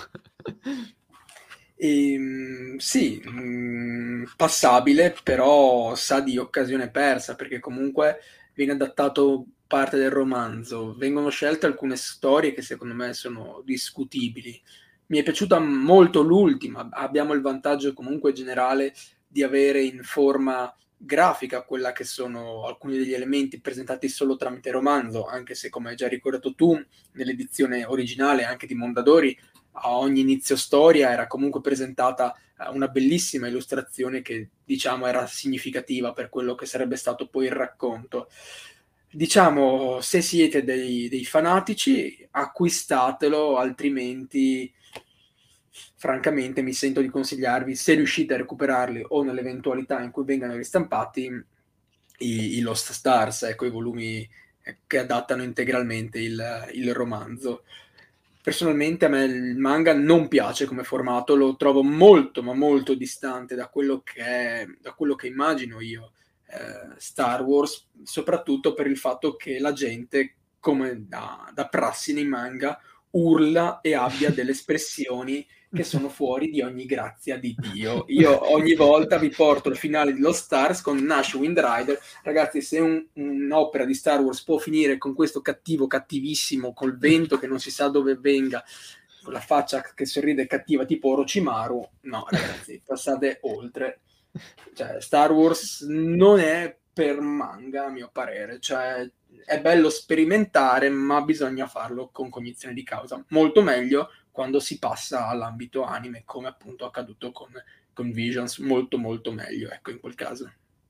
B: Ehm, sì, mh, passabile, però sa di occasione persa, perché comunque viene adattato parte del romanzo, vengono scelte alcune storie che secondo me sono discutibili. Mi è piaciuta molto l'ultima, abbiamo il vantaggio comunque generale di avere in forma grafica quella che sono alcuni degli elementi presentati solo tramite romanzo, anche se come hai già ricordato tu, nell'edizione originale anche di Mondadori a ogni inizio storia era comunque presentata eh, una bellissima illustrazione che diciamo era significativa per quello che sarebbe stato poi il racconto. Diciamo, se siete dei, dei fanatici, acquistatelo, altrimenti francamente mi sento di consigliarvi, se riuscite a recuperarli o nell'eventualità in cui vengano ristampati, i, i Lost Stars, ecco, i volumi che adattano integralmente il, il romanzo. Personalmente a me il manga non piace come formato, lo trovo molto ma molto distante da quello che, è, da quello che immagino io eh, Star Wars, soprattutto per il fatto che la gente, come da, da prassi nei manga, urla e abbia delle espressioni che sono fuori di ogni grazia di Dio. Io ogni volta vi porto il finale di Lost Stars con Nash Wind Rider. Ragazzi, se un, un'opera di Star Wars può finire con questo cattivo cattivissimo, col vento che non si sa dove venga, con la faccia che sorride cattiva tipo Orochimaru, no ragazzi, passate oltre. Cioè, Star Wars non è per manga, a mio parere. Cioè, è bello sperimentare, ma bisogna farlo con cognizione di causa. Molto meglio quando si passa all'ambito anime, come appunto accaduto con, con Visions, molto molto meglio, ecco, in quel caso.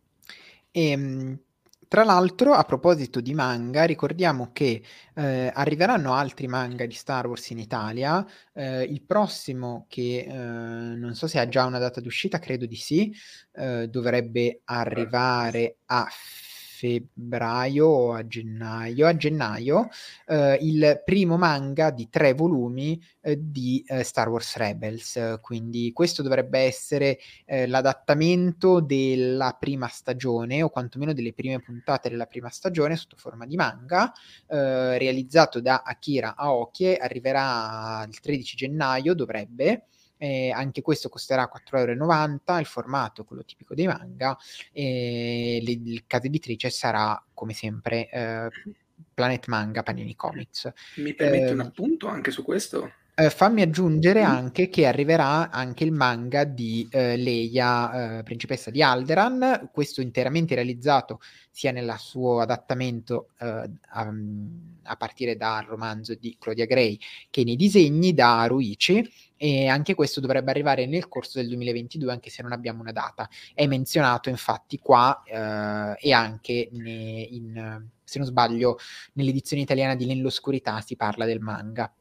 A: E, tra l'altro, a proposito di manga, ricordiamo che eh, arriveranno altri manga di Star Wars in Italia. Eh, il prossimo, che eh, non so se ha già una data d'uscita, credo di sì, eh, dovrebbe arrivare a febbraio o a gennaio, a gennaio, eh, il primo manga di tre volumi eh, di eh, Star Wars Rebels. Quindi questo dovrebbe essere eh, l'adattamento della prima stagione, o quantomeno delle prime puntate della prima stagione, sotto forma di manga, eh, realizzato da Akira Aoki. Arriverà il tredici gennaio, dovrebbe. Eh, anche questo costerà quattro euro e novanta, il formato quello tipico dei manga, e le, il casa editrice sarà come sempre eh, Planet Manga Panini Comics.
B: Mi permetti
A: eh,
B: un appunto anche su questo?
A: Eh, fammi aggiungere
B: Mm.
A: anche che arriverà anche il manga di eh, Leia, eh, principessa di Alderaan, questo interamente realizzato sia nel suo adattamento eh, a, a partire dal romanzo di Claudia Gray che nei disegni da Haruichi, e anche questo dovrebbe arrivare nel corso del duemilaventidue, anche se non abbiamo una data. È menzionato infatti qua eh, e anche ne, in, se non sbaglio, nell'edizione italiana di Nell'oscurità si parla del manga.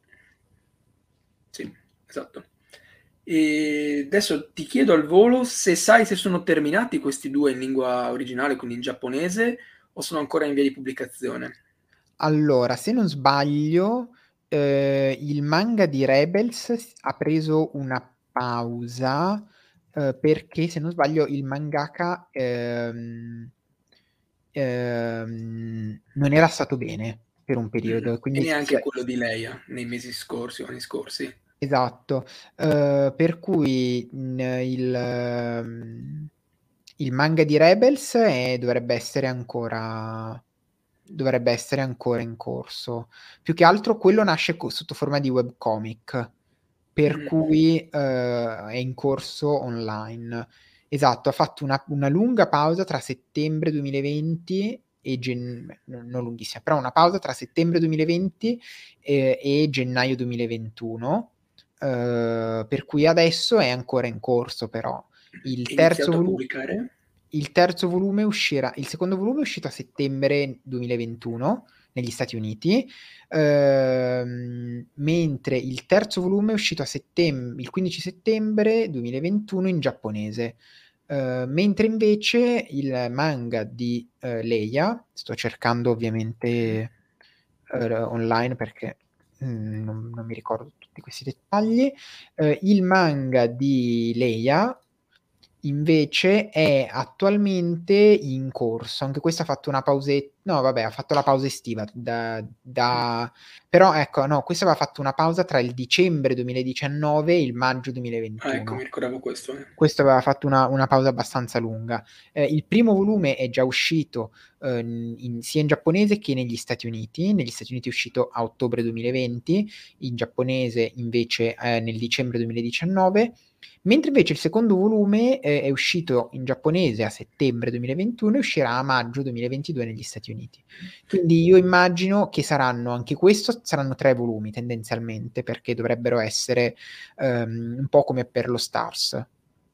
B: Sì, esatto. E adesso ti chiedo al volo se sai se sono terminati questi due in lingua originale, quindi in giapponese, o sono ancora in via di pubblicazione.
A: Allora, se non sbaglio, eh, il manga di Rebels ha preso una pausa eh, perché, se non sbaglio, il mangaka ehm, ehm, non era stato bene per un
B: Mm.
A: periodo,
B: E
A: quindi si
B: neanche
A: è-
B: quello di Leia nei mesi scorsi o anni scorsi.
A: esatto. Eh, per cui mh, il, ehm, il manga di Rebels eh, dovrebbe essere ancora dovrebbe essere ancora in corso. Più che altro quello nasce co- sotto forma di webcomic, per
B: Mm.
A: cui eh, è in corso online. Esatto, ha fatto una, una lunga pausa tra settembre duemilaventi e gen- no, non lunghissima, però una pausa tra settembre duemilaventi e, e gennaio duemilaventuno, eh, per cui adesso è ancora in corso, però.
B: È
A: Il terzo
B: iniziato a
A: volume
B: pubblicare?
A: il terzo volume uscirà, il secondo volume è uscito a settembre duemilaventuno negli Stati Uniti, ehm, mentre il terzo volume è uscito a settembre, il quindici settembre duemilaventuno in giapponese. Eh, mentre invece il manga di eh, Leia, sto cercando ovviamente eh, online perché mm, non, non mi ricordo tutti questi dettagli, eh, il manga di Leia invece è attualmente in corso. Anche questo ha fatto una pausetta. No, vabbè, ha fatto la pausa estiva. Da, da... Però ecco, no, questo aveva fatto una pausa tra il dicembre duemiladiciannove e il maggio
B: Ah, ecco,
A: duemilaventuno.
B: mi ricordavo questo. eh.
A: Questo aveva fatto una, una pausa abbastanza lunga. Eh, il primo volume è già uscito eh, in- sia in giapponese che negli Stati Uniti. Negli Stati Uniti è uscito a ottobre duemilaventi, in giapponese invece eh, nel dicembre duemiladiciannove, mentre invece il secondo volume eh, è uscito in giapponese a settembre duemilaventuno e uscirà a maggio duemilaventidue negli Stati Uniti. Quindi io immagino che saranno anche questo, saranno tre volumi tendenzialmente, perché dovrebbero essere ehm, un po' come per lo Stars.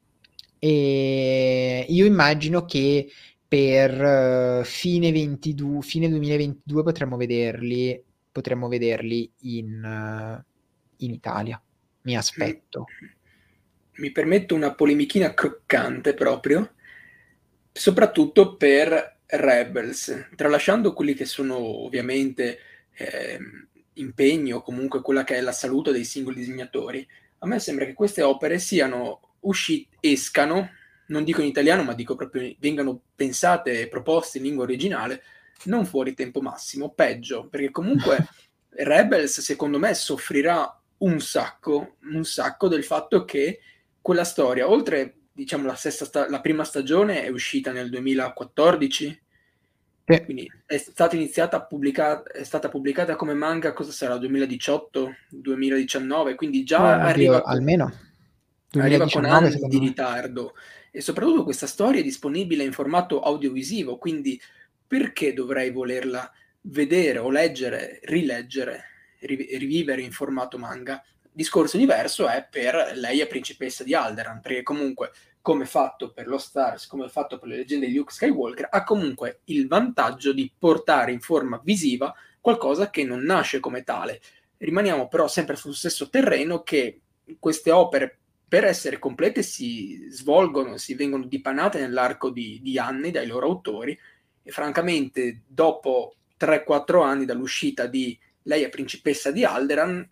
A: E io immagino che per eh, fine ventidue, fine duemilaventidue potremmo vederli, potremmo vederli in, eh, in Italia. Mi
B: Mi,
A: aspetto.
B: mi permetto una polemichina croccante proprio, soprattutto per Rebels, tralasciando quelli che sono ovviamente ehm, impegni o comunque quella che è la salute dei singoli disegnatori. A me sembra che queste opere siano uscite, escano, non dico in italiano, ma dico proprio vengano pensate e proposte in lingua originale, non fuori tempo massimo, peggio, perché comunque Rebels secondo me soffrirà un sacco, un sacco del fatto che quella storia, oltre, diciamo, la sesta sta- la prima stagione è uscita nel duemilaquattordici,
A: Sì.
B: quindi è stata iniziata a pubblicare, è stata pubblicata come manga, cosa sarà, duemiladiciotto, duemiladiciannove, quindi già
A: Oh, oddio,
B: arriva con,
A: almeno
B: arriva con
A: duemiladiciannove
B: anni di
A: secondo me.
B: ritardo, e soprattutto questa storia è disponibile in formato audiovisivo, quindi perché dovrei volerla vedere o leggere, rileggere, ri- rivivere in formato manga? Discorso diverso è per lei è principessa di Alderaan, perché comunque, come fatto per lo Stars, come fatto per le leggende di Luke Skywalker, ha comunque il vantaggio di portare in forma visiva qualcosa che non nasce come tale. Rimaniamo però sempre sul stesso terreno, che queste opere, per essere complete, si svolgono, si vengono dipanate nell'arco di, di anni dai loro autori, e francamente dopo tre quattro anni dall'uscita di Lei è principessa di Alderaan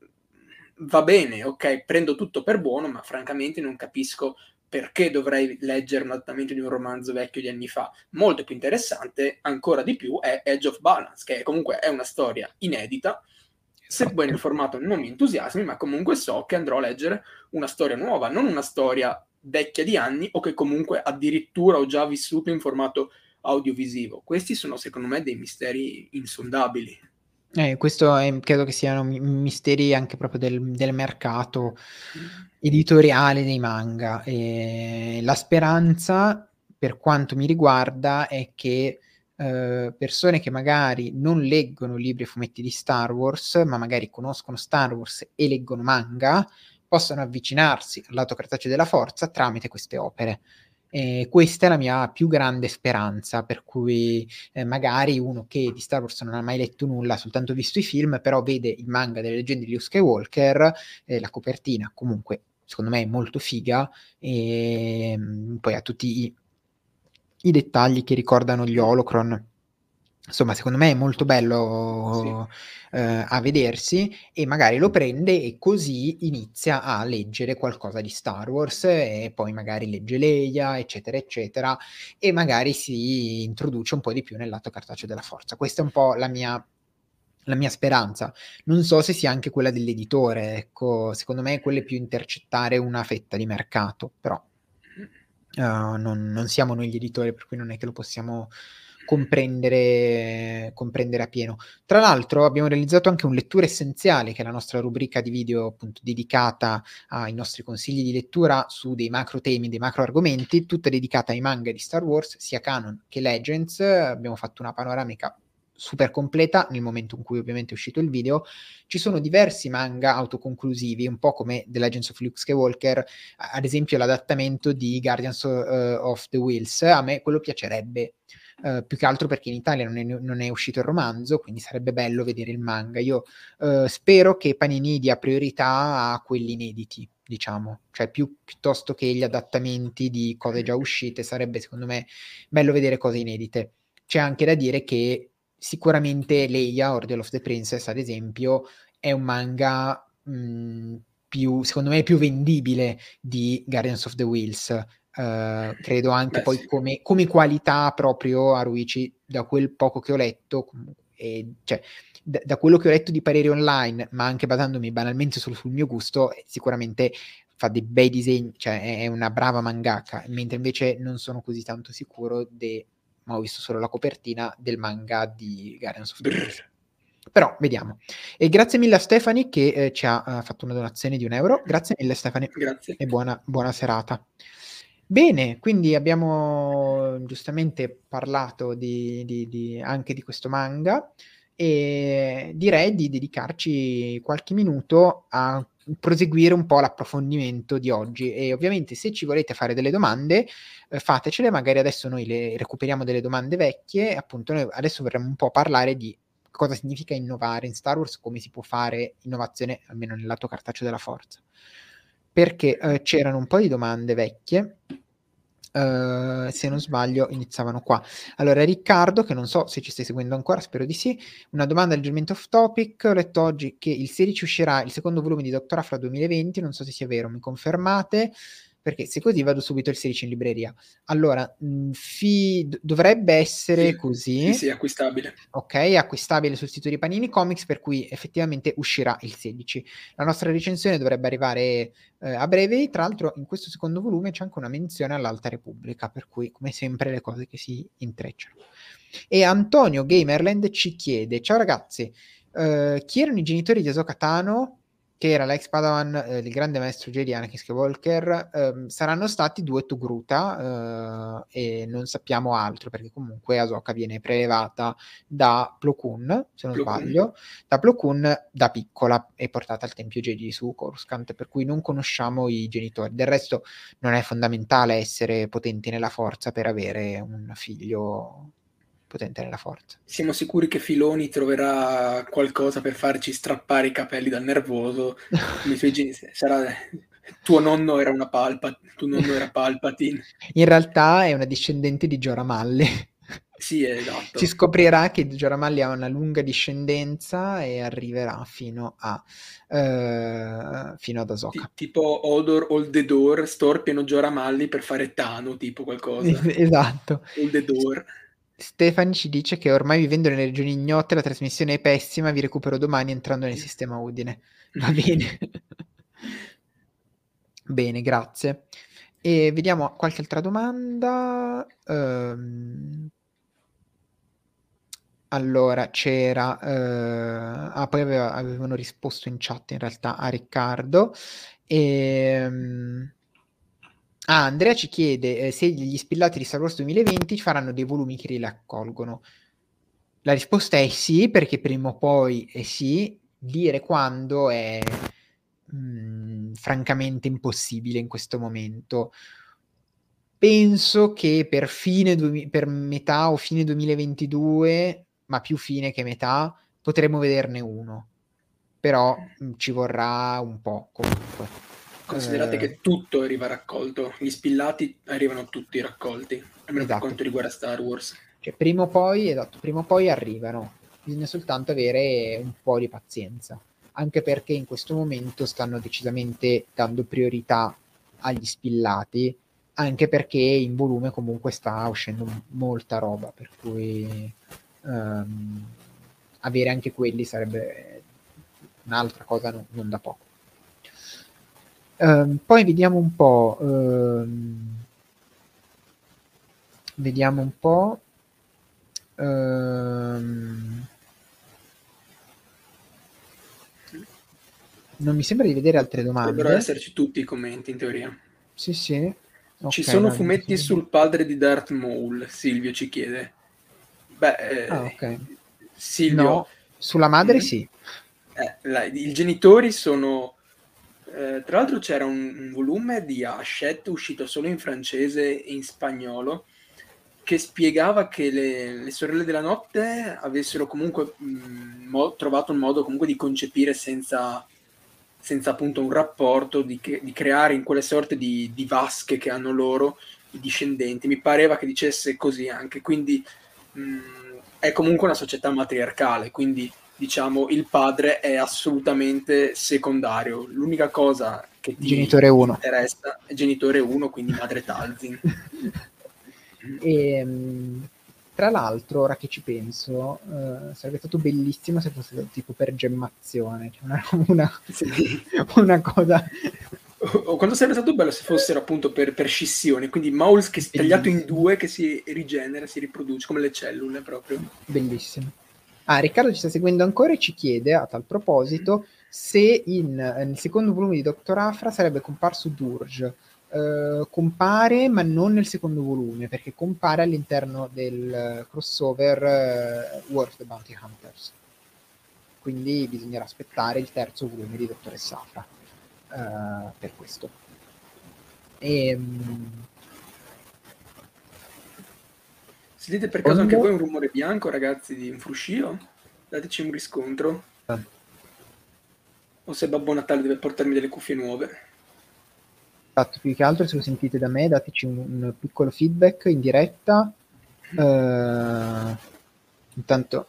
B: va bene, ok, prendo tutto per buono, ma francamente non capisco perché dovrei leggere un adattamento di un romanzo vecchio di anni fa. Molto più interessante, ancora di più, è Edge of Balance, che comunque è una storia inedita, sebbene
A: Esatto.
B: il formato non mi entusiasmi, ma comunque so che andrò a leggere una storia nuova, non una storia vecchia di anni o che comunque addirittura ho già vissuto in formato audiovisivo. Questi sono secondo me dei misteri insondabili.
A: Eh, questo è credo che siano mi misteri anche proprio del del mercato editoriale dei manga. Ehm, la speranza, per quanto mi riguarda, è che, uhm, persone che magari non leggono libri e fumetti di Star Wars, ma magari conoscono Star Wars e leggono manga, possano avvicinarsi al lato cartaceo della forza tramite queste opere. Ehm, questa è la mia più grande speranza, per cui, ehm, magari uno che di Star Wars non ha mai letto nulla, ha soltanto visto i film, però vede il manga delle leggende di Luke Skywalker, e la copertina comunque secondo me è molto figa, ehm, poi ha tutti i i dettagli che ricordano gli holocron. Insomma, secondo me è molto
B: Sì.
A: bello, ehm, a vedersi, e magari lo prende e così inizia a leggere qualcosa di Star Wars, e poi magari legge Leia, eccetera, eccetera, e magari si introduce un po' di più nel lato cartaceo della forza. Questa è un po' la mia la mia speranza. Non so se sia anche quella dell'editore, ecco, secondo me quello è più intercettare una fetta di mercato, però uhm, non non siamo noi gli editori, per cui non è che lo possiamo comprendere comprendere appieno. Tra l'altro abbiamo realizzato anche un lettura essenziale, che è la nostra rubrica di video appunto dedicata ai nostri consigli di lettura su dei macro temi, dei macro argomenti, tutta dedicata ai manga di Star Wars, sia canon che Legends. Abbiamo fatto una panoramica super completa nel momento in cui ovviamente è uscito il video. Ci sono diversi manga autoconclusivi, un po' come The Legends of Luke Skywalker, a ad esempio l'adattamento di Guardians o uhm, of the Whills. A me quello piacerebbe, uhm, più che altro perché in Italia non è n non è uscito il romanzo, quindi sarebbe bello vedere il manga. Io, uhm, spero che Panini dia priorità a quelli inediti, diciamo, cioè più piuttosto che gli adattamenti di cose già uscite, sarebbe secondo me bello vedere cose inedite. C'è anche da dire che sicuramente Leia, Order of the Princess, ad esempio, è un manga, mhmm, più secondo me più vendibile di Guardians of the Whills. Uhm, credo anche
B: Beh,
A: poi
B: sì.
A: come come qualità proprio Haruichi, da quel poco che ho letto, comu ehm, cioè da da quello che ho letto di pareri online, ma anche basandomi banalmente solo sul mio gusto, ehm, sicuramente fa dei bei disegni, cioè è è una brava mangaka, mentre invece non sono così tanto sicuro de ma ho visto solo la copertina del manga di Guardians of the Whills.
B: Brr.
A: Però vediamo. E grazie mille a Stephanie che, ehm, ci ha, uhm, fatto una donazione di un euro. Grazie mille Stephanie
B: Grazie.
A: e buona buona serata. Bene, quindi abbiamo giustamente parlato di di di anche di questo manga, e direi di dedicarci qualche minuto a proseguire un po' l'approfondimento di oggi, e ovviamente se ci volete fare delle domande, uhm, fatecele, magari adesso noi le recuperiamo delle domande vecchie, e appunto noi adesso vorremmo un po' parlare di cosa significa innovare in Star Wars, come si può fare innovazione, almeno nel lato cartaceo della forza. Perché, uhm, c'erano un po' di domande vecchie, uhm, se non sbaglio iniziavano qua. Allora Riccardo, che non so se ci stai seguendo ancora, spero di sì, una domanda leggermente off topic: "Ho letto oggi che il sedici uscirà il secondo volume di Doctor Aphra duemilaventi, non so se sia vero, mi confermate? perché se così vado subito il sedici in libreria. Allora, mh, fi- dovrebbe essere
B: Sì,
A: così.
B: sì, sì, è acquistabile.
A: Ok, è acquistabile sul sito di Panini Comics, per cui effettivamente uscirà il sedici. La nostra recensione dovrebbe arrivare eh, a breve. Tra l'altro in questo secondo volume c'è anche una menzione all'Alta Repubblica, per cui come sempre le cose che si intrecciano. E Antonio Gamerland ci chiede: ciao ragazzi, eh, chi erano i genitori di Ahsoka Tano, che era l'ex Padawan eh, del grande maestro Jedi Anakin Skywalker? Eh, saranno stati due Togruta, eh, e non sappiamo altro, perché comunque Ahsoka viene prelevata da Plo Koon, se non
B: Plo Koon.
A: sbaglio, da Plo Koon da piccola e portata al Tempio Jedi su Coruscant, per cui non conosciamo i genitori. Del resto non è fondamentale essere potenti nella forza per avere un figlio potente nella forza.
B: Siamo sicuri che Filoni troverà qualcosa per farci strappare i capelli dal nervoso, come i suoi genitori. Sarà... Tuo nonno era una Palpa... tuo nonno era Palpatine.
A: In realtà è una discendente di Jorah Mahler.
B: Sì, esatto.
A: Si scoprirà che Jorah Mahler ha una lunga discendenza e arriverà fino a eh, fino ad Ahsoka.
B: Ti- tipo Odor, Hold the Door, storpiano Jorah Mahler per fare Tano, tipo qualcosa.
A: Esatto.
B: Hold the Door.
A: Stefani ci dice che ormai vivendo nelle regioni ignote la trasmissione è pessima, vi recupero domani entrando nel sistema Udine. Va bene. Bene, grazie. E vediamo qualche altra domanda. Ehm, allora, c'era... eh, ah, poi aveva- avevano risposto in chat in realtà a Riccardo. Ehm, Ah, Andrea ci chiede eh, se gli spillati di Star Wars duemilaventi faranno dei volumi che li raccolgono. La risposta è sì, perché prima o poi è sì. Dire quando è mh, francamente impossibile in questo momento. Penso che per fine duemi- per metà o fine duemilaventidue, ma più fine che metà, potremo vederne uno. Però mh, ci vorrà un po' comunque.
B: Considerate
A: Eh,
B: che tutto arriva raccolto, gli spillati arrivano tutti raccolti, almeno per
A: esatto.
B: quanto riguarda Star Wars.
A: Cioè, prima o poi, esatto, prima o poi arrivano. Bisogna soltanto avere un po' di pazienza. Anche perché in questo momento stanno decisamente dando priorità agli spillati, anche perché in volume comunque sta uscendo m- molta roba, per cui ehm, avere anche quelli sarebbe un'altra cosa non, non da poco. Ehm, poi vediamo un po'. ehm, vediamo un po'. ehm, Non mi sembra di vedere altre
B: Dovrebbero
A: domande.
B: esserci tutti i commenti in teoria.
A: Sì, sì.
B: Ci
A: Ok,
B: sono
A: no, niente
B: fumetti
A: su-
B: sul padre di Darth Maul, Silvio ci chiede. Beh,
A: Ah,
B: eh,
A: ok.
B: Silvio,
A: No, sulla madre
B: mm?
A: sì.
B: Eh, la- i genitori sono... eh, tra l'altro c'era un, un volume di Hachette uscito solo in francese e in spagnolo che spiegava che le, le sorelle della notte avessero comunque mh, mo- trovato un modo comunque di concepire senza, senza appunto un rapporto, di, che- di creare in quelle sorte di, di vasche che hanno loro, i discendenti. Mi pareva che dicesse così anche, quindi mh, è comunque una società matriarcale, quindi diciamo il padre è assolutamente secondario. L'unica cosa che ti
A: Genitore uno.
B: interessa è genitore uno, quindi madre Talzin.
A: E, mh, tra l'altro, ora che ci penso, eh, sarebbe stato bellissimo se fosse stato tipo per gemmazione, cioè una, una,
B: Sì.
A: una cosa
B: O quando sarebbe stato bello se fossero appunto per, per scissione, quindi Maul che tagliato in
A: bellissima.
B: due che si rigenera, si riproduce come le cellule proprio.
A: Bellissimo. Ah, Riccardo ci sta seguendo ancora e ci chiede, a tal proposito, se in, nel secondo volume di Doctor Afra sarebbe comparso Durge. Eh, compare, ma non nel secondo volume, perché compare all'interno del eh, crossover eh, War of the Bounty Hunters. Quindi bisognerà aspettare il terzo volume di Dottoressa Afra eh, per questo. E, mh,
B: Sentite per caso anche voi un rumore bianco, ragazzi, di un fruscio? Dateci un riscontro. O se Babbo Natale deve portarmi delle cuffie nuove.
A: Esatto, più che altro se lo sentite da me dateci un, un piccolo feedback in diretta. Uh, intanto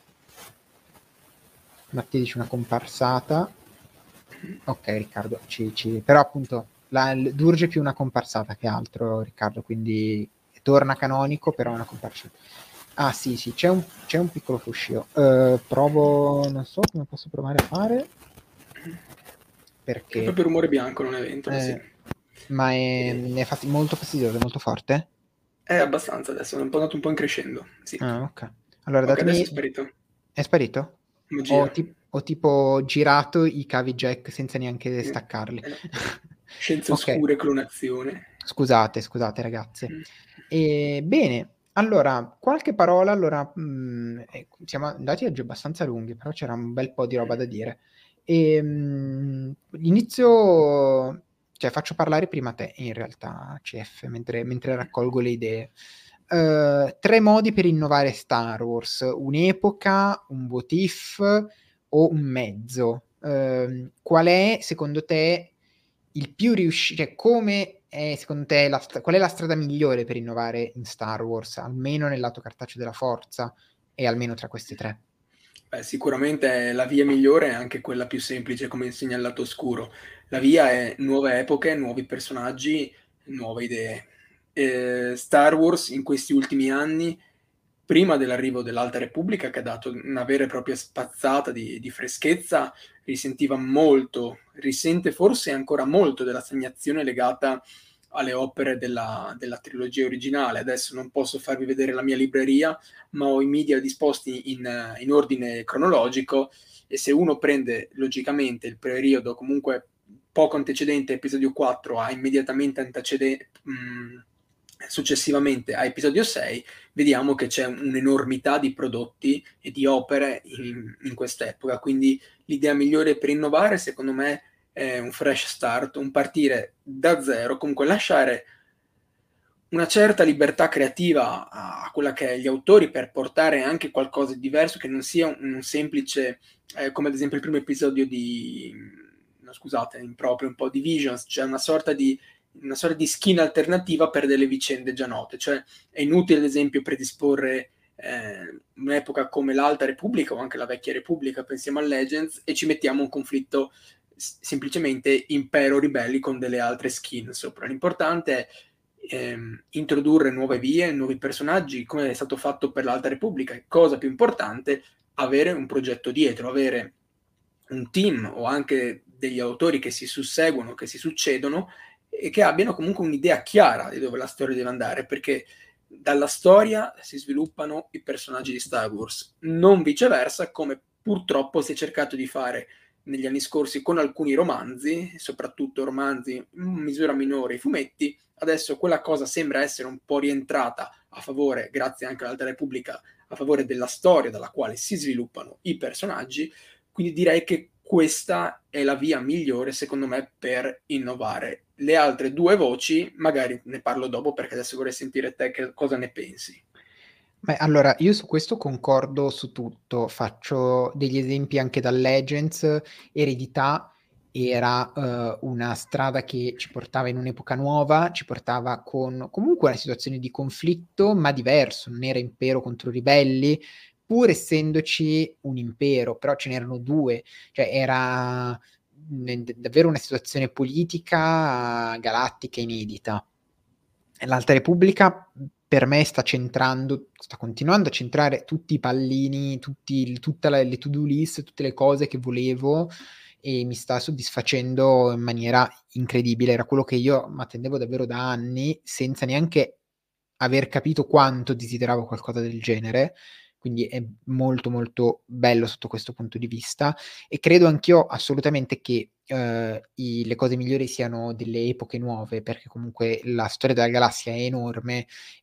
A: Mattia dice una comparsata. Ok Riccardo, ci, ci... però appunto la, Durge più una comparsata che altro, Riccardo, quindi torna canonico, però è una comparsata. Ah sì, sì, c'è un, c'è un piccolo fruscio. Uh, provo, non so come posso provare a fare, perché...
B: È proprio rumore bianco, non è ventola,
A: Eh,
B: sì.
A: ma è,
B: E...
A: è fasti- molto fastidioso, è molto forte?
B: È abbastanza adesso, è un po' andato un po' in crescendo, sì.
A: Ah, ok. Allora
B: Ok, adesso è
A: datemi...
B: sparito.
A: È sparito? Ho,
B: Magia.
A: ti- ho tipo girato i cavi jack senza neanche
B: Sì.
A: staccarli.
B: Eh, Scienze
A: Ok,
B: oscure, clonazione.
A: scusate, scusate ragazze.
B: Mm.
A: E, bene, allora, qualche parola, allora, mh, eh, siamo andati oggi abbastanza lunghi, però c'era un bel po' di roba da dire. E, mh, inizio, cioè faccio parlare prima te, in realtà, C F, mentre, mentre raccolgo le idee. Uh, tre modi per innovare Star Wars: un'epoca, un what if o un mezzo. Uh, qual è secondo te il più riuscito? Cioè, come è secondo te la, qual è la strada migliore per innovare in Star Wars, almeno nel lato cartaceo della forza, e almeno tra queste tre?
B: Beh, sicuramente la via migliore è anche quella più semplice, come insegna il lato oscuro. La via è nuove epoche, nuovi personaggi, nuove idee. Eh, Star Wars in questi ultimi anni, prima dell'arrivo dell'Alta Repubblica, che ha dato una vera e propria spazzata di, di freschezza, risentiva molto, risente forse ancora molto della stagnazione legata alle opere della, della trilogia originale. Adesso non posso farvi vedere la mia libreria, ma ho i media disposti in, in ordine cronologico, e se uno prende logicamente il periodo comunque poco antecedente a episodio quattro a immediatamente antecedente, mh, successivamente a episodio sei, vediamo che c'è un'enormità di prodotti e di opere in, in quest'epoca. Quindi l'idea migliore per innovare, secondo me, è un fresh start, un partire da zero, comunque lasciare una certa libertà creativa a quella che è gli autori per portare anche qualcosa di diverso, che non sia un, un semplice, eh, come ad esempio il primo episodio di, no, scusate, improprio, un po' di Visions, cioè una sorta di, una sorta di skin alternativa per delle vicende già note. Cioè è inutile ad esempio predisporre eh, un'epoca come l'Alta Repubblica o anche la Vecchia Repubblica, pensiamo a Legends, e ci mettiamo un conflitto s- semplicemente impero-ribelli con delle altre skin sopra. L'importante è ehm, introdurre nuove vie, nuovi personaggi, come è stato fatto per l'Alta Repubblica, e cosa più importante, avere un progetto dietro, avere un team o anche degli autori che si susseguono, che si succedono e che abbiano comunque un'idea chiara di dove la storia deve andare, perché dalla storia si sviluppano i personaggi di Star Wars, non viceversa, come purtroppo si è cercato di fare negli anni scorsi con alcuni romanzi, soprattutto romanzi in misura minore, i fumetti. Adesso quella cosa sembra essere un po' rientrata a favore, grazie anche all'Alta Repubblica, a favore della storia dalla quale si sviluppano i personaggi. Quindi direi che questa è la via migliore, secondo me, per innovare. Le altre due voci magari ne parlo dopo, perché adesso vorrei sentire te che cosa ne pensi.
A: Beh, allora, io su questo concordo su tutto, faccio degli esempi anche da Legends. Eredità era eh, una strada che ci portava in un'epoca nuova, ci portava con comunque una situazione di conflitto, ma diverso, non era impero contro ribelli, pur essendoci un impero, però ce n'erano due, cioè era mh, davvero una situazione politica galattica inedita. L'Alta Repubblica per me sta centrando, sta continuando a centrare tutti i pallini, tutti, tutte le, le to-do list, tutte le cose che volevo, e mi sta soddisfacendo in maniera incredibile. Era quello che io attendevo davvero da anni, senza neanche aver capito quanto desideravo qualcosa del genere. Quindi è molto molto bello sotto questo punto di vista, e credo anch'io assolutamente che eh, i, le cose migliori siano delle epoche nuove, perché comunque la storia della galassia è enorme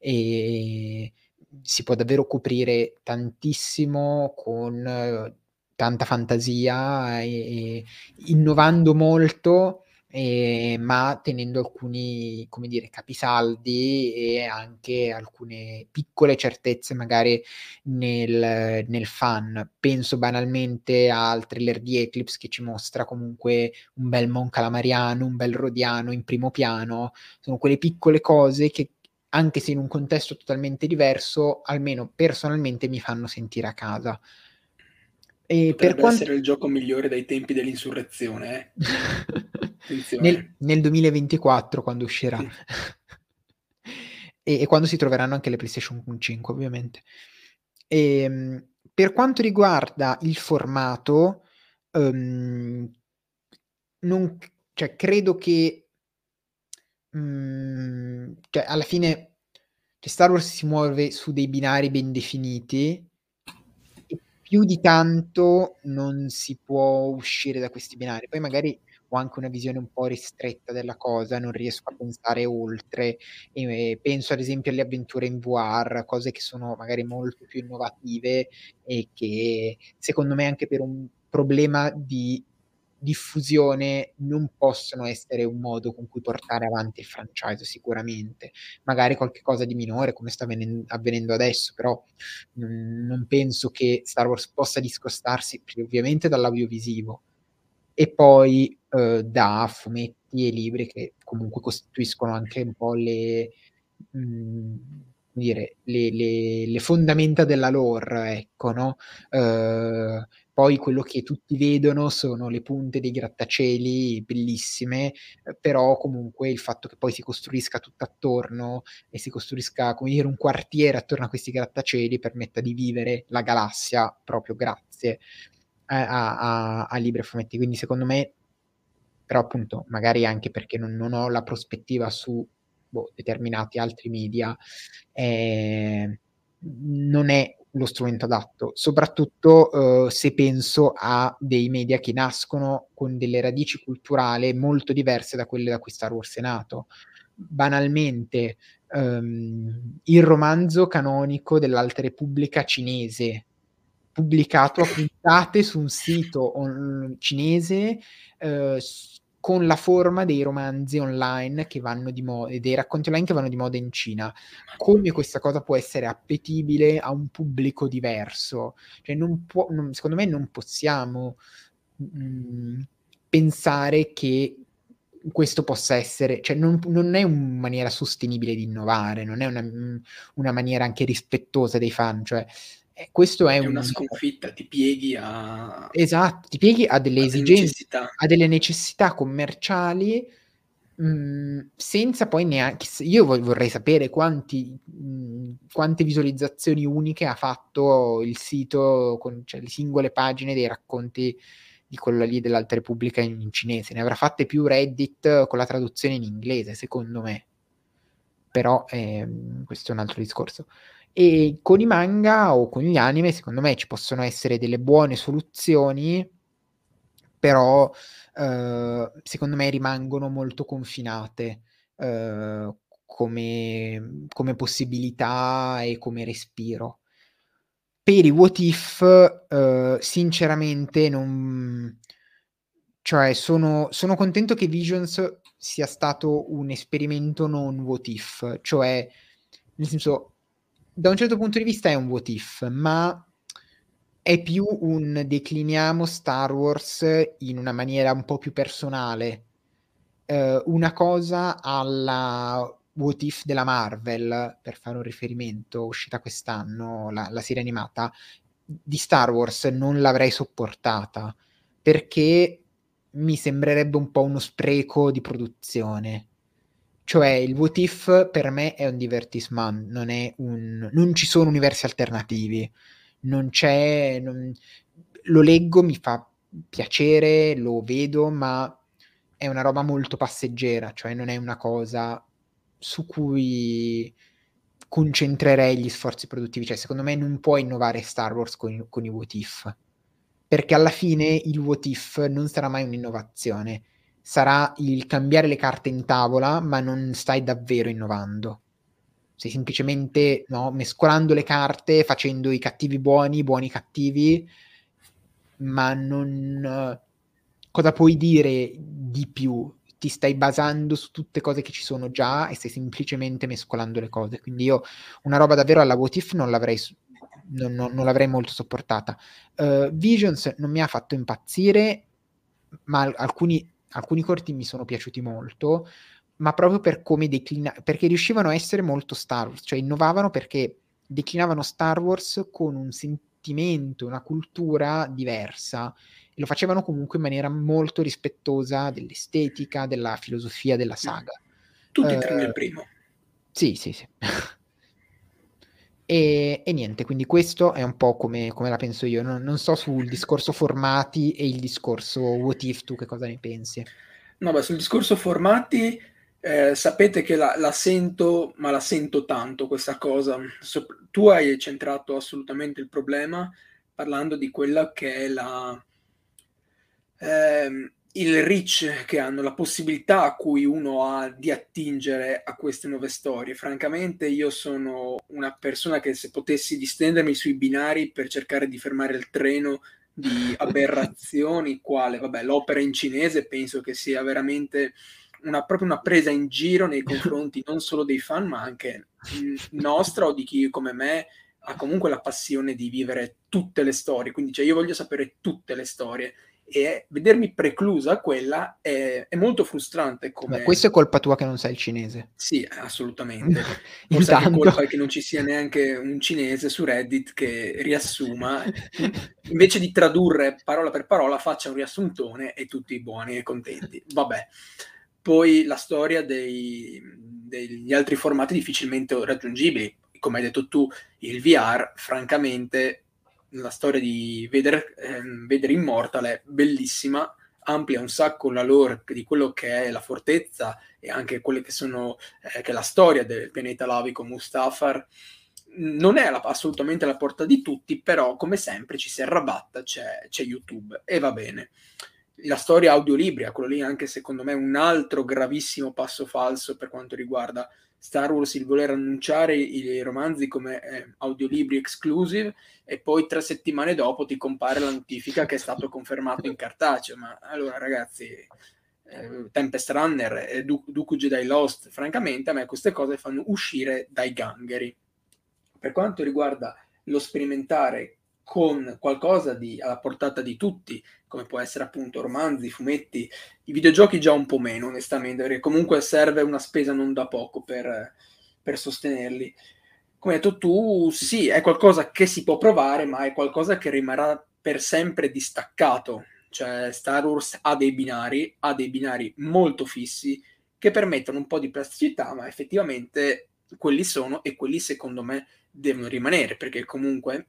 A: e si può davvero coprire tantissimo con eh, tanta fantasia e, e innovando molto, eh, ma tenendo alcuni, come dire, capisaldi e anche alcune piccole certezze magari nel, nel fan. Penso banalmente al thriller di Eclipse, che ci mostra comunque un bel Mon Calamariano, un bel Rodiano in primo piano. Sono quelle piccole cose che, anche se in un contesto totalmente diverso, almeno personalmente mi fanno sentire a casa. E per
B: Potrebbe
A: quanto...
B: essere il gioco migliore dai tempi dell'insurrezione, eh?
A: nel,
B: Attenzione.
A: nel duemilaventiquattro, quando uscirà.
B: Sì.
A: e, e quando si troveranno anche le PlayStation cinque, ovviamente. E, per quanto riguarda il formato, um, non, cioè, credo che mm, cioè, alla fine cioè, Star Wars si muove su dei binari ben definiti e più di tanto non si può uscire da questi binari. Poi magari ho anche una visione un po' ristretta della cosa, non riesco a pensare oltre, e penso ad esempio alle avventure in V R, cose che sono magari molto più innovative e che secondo me anche per un problema di diffusione non possono essere un modo con cui portare avanti il franchise sicuramente. Magari qualche cosa di minore come sta avvenen- avvenendo adesso, però mh, non penso che Star Wars possa discostarsi ovviamente dall'audiovisivo e poi eh, da fumetti e libri che comunque costituiscono anche un po' le, mh, come dire, le, le, le fondamenta della lore, ecco, no? Eh, poi quello che tutti vedono sono le punte dei grattacieli bellissime, eh, però comunque il fatto che poi si costruisca tutto attorno e si costruisca, come dire, un quartiere attorno a questi grattacieli permetta di vivere la galassia proprio grazie a, a, a, a libri e fumetti. Quindi secondo me, però appunto, magari anche perché non, non ho la prospettiva su boh, determinati altri media, eh, non è lo strumento adatto, soprattutto eh, se penso a dei media che nascono con delle radici culturali molto diverse da quelle da cui Star Wars è nato. Banalmente, ehm, il romanzo canonico dell'Alta Repubblica cinese, pubblicato a puntate su un sito on- cinese, eh, s- con la forma dei romanzi online che vanno di moda, e dei racconti online che vanno di moda in Cina. Come questa cosa può essere appetibile a un pubblico diverso? Cioè, non può, non- secondo me non possiamo mh, pensare che questo possa essere, cioè non, non è una maniera sostenibile di innovare, non è una, una maniera anche rispettosa dei fan, cioè eh, questo è
B: È una
A: un...
B: sconfitta, ti pieghi a
A: Esatto, ti pieghi a delle
B: a delle
A: esigenze,
B: necessità.
A: a delle necessità commerciali, mh, senza poi neanche... Io vo- vorrei sapere quanti, mh, quante visualizzazioni uniche ha fatto il sito con cioè, le singole pagine dei racconti di quella lì dell'Alta Repubblica in, in cinese. Ne avrà fatte più Reddit con la traduzione in inglese, secondo me. Però ehm, questo è un altro discorso. E con i manga o con gli anime, secondo me ci possono essere delle buone soluzioni, però eh, secondo me rimangono molto confinate eh, come, come possibilità e come respiro. Per i what if, eh, sinceramente, non... Cioè, sono, sono contento che Visions sia stato un esperimento non what if, cioè, nel senso, da un certo punto di vista è un what if, ma è più un decliniamo Star Wars in una maniera un po' più personale. Eh, una cosa alla What If della Marvel, per fare un riferimento, uscita quest'anno, la, la serie animata, di Star Wars non l'avrei sopportata, perché mi sembrerebbe un po' uno spreco di produzione. Cioè, il What If per me è un divertissement, non è un... non ci sono universi alternativi, non c'è... non- Lo leggo, mi fa piacere, lo vedo, ma è una roba molto passeggera, cioè non è una cosa su cui concentrerei gli sforzi produttivi. Cioè, secondo me non puoi innovare Star Wars con, i- con i What If, perché alla fine il What If non sarà mai un'innovazione, sarà il cambiare le carte in tavola, ma non stai davvero innovando. Stai semplicemente no, mescolando le carte, facendo i cattivi buoni, i buoni cattivi, ma non... Cosa puoi dire di più? Ti stai basando su tutte cose che ci sono già e stai semplicemente mescolando le cose. Quindi io una roba davvero alla What If non l'avrei, non, non, non l'avrei molto sopportata. Uh, Visions non mi ha fatto impazzire, ma alcuni, alcuni corti mi sono piaciuti molto, ma proprio per come declina, perché riuscivano a essere molto Star Wars, cioè innovavano perché declinavano Star Wars con un sentire divertimento, una cultura diversa, e lo facevano comunque in maniera molto rispettosa dell'estetica, della filosofia della
B: Mh.
A: saga.
B: Tutti
A: Uhm,
B: tranne il primo.
A: sì, sì, sì. E e niente, quindi questo è un po' come come la penso io. Non non so sul discorso formati e il discorso what if, tu che cosa ne pensi?
B: No, beh, sul discorso formati, ehm, sapete che la la sento, ma la sento tanto questa cosa. Sop tu hai centrato assolutamente il problema parlando di quella che è la ehm, il reach che hanno, la possibilità a cui uno ha di attingere a queste nuove storie. Francamente io sono una persona che se potessi distendermi sui binari per cercare di fermare il treno di aberrazioni, quale vabbè, l'opera in cinese penso che sia veramente una proprio una presa in giro nei confronti non solo dei fan, ma anche, mhmm, nostra o di chi come me ha comunque la passione di vivere tutte le storie. Quindi, cioè io voglio sapere tutte le storie e vedermi preclusa a quella è è molto frustrante
A: Beh,
B: come
A: questo è colpa tua che non sai il cinese.
B: sì, assolutamente. Forse anche
A: Intanto.
B: colpa che non ci sia neanche un cinese su Reddit che riassuma, in invece di tradurre parola per parola, faccia un riassuntone e tutti buoni e contenti. Vabbè. Poi la storia dei degli altri formati difficilmente o raggiungibili. Come hai detto tu, il V R, francamente, la storia di Vader ehm, Vader Immortal è bellissima, amplia un sacco la lore di quello che è la fortezza e anche quelle che sono ehm, che è la storia del pianeta lavico Mustafar. Non è alla assolutamente alla porta di tutti, però come sempre ci si arrabatta, c'è c'è YouTube e va bene. La storia audiolibria, quello lì anche secondo me è un altro gravissimo passo falso per quanto riguarda Star Wars, il voler annunciare i romanzi come, ehm, audiolibri exclusive e poi tre settimane dopo ti compare la notifica che è stato confermato in cartaceo. Ma allora ragazzi, ehm, Tempest Runner e Du Dooku Jedi Lost, francamente a me queste cose fanno uscire dai gangheri. Per quanto riguarda lo sperimentare con qualcosa di alla portata di tutti, come può essere appunto romanzi, fumetti, i videogiochi già un po' meno onestamente, perché comunque serve una spesa non da poco per per sostenerli. Come hai detto tu, sì, è qualcosa che si può provare, ma è qualcosa che rimarrà per sempre distaccato. Cioè Star Wars ha dei binari, ha dei binari molto fissi che permettono un po' di plasticità, ma effettivamente quelli sono e quelli secondo me devono rimanere, perché comunque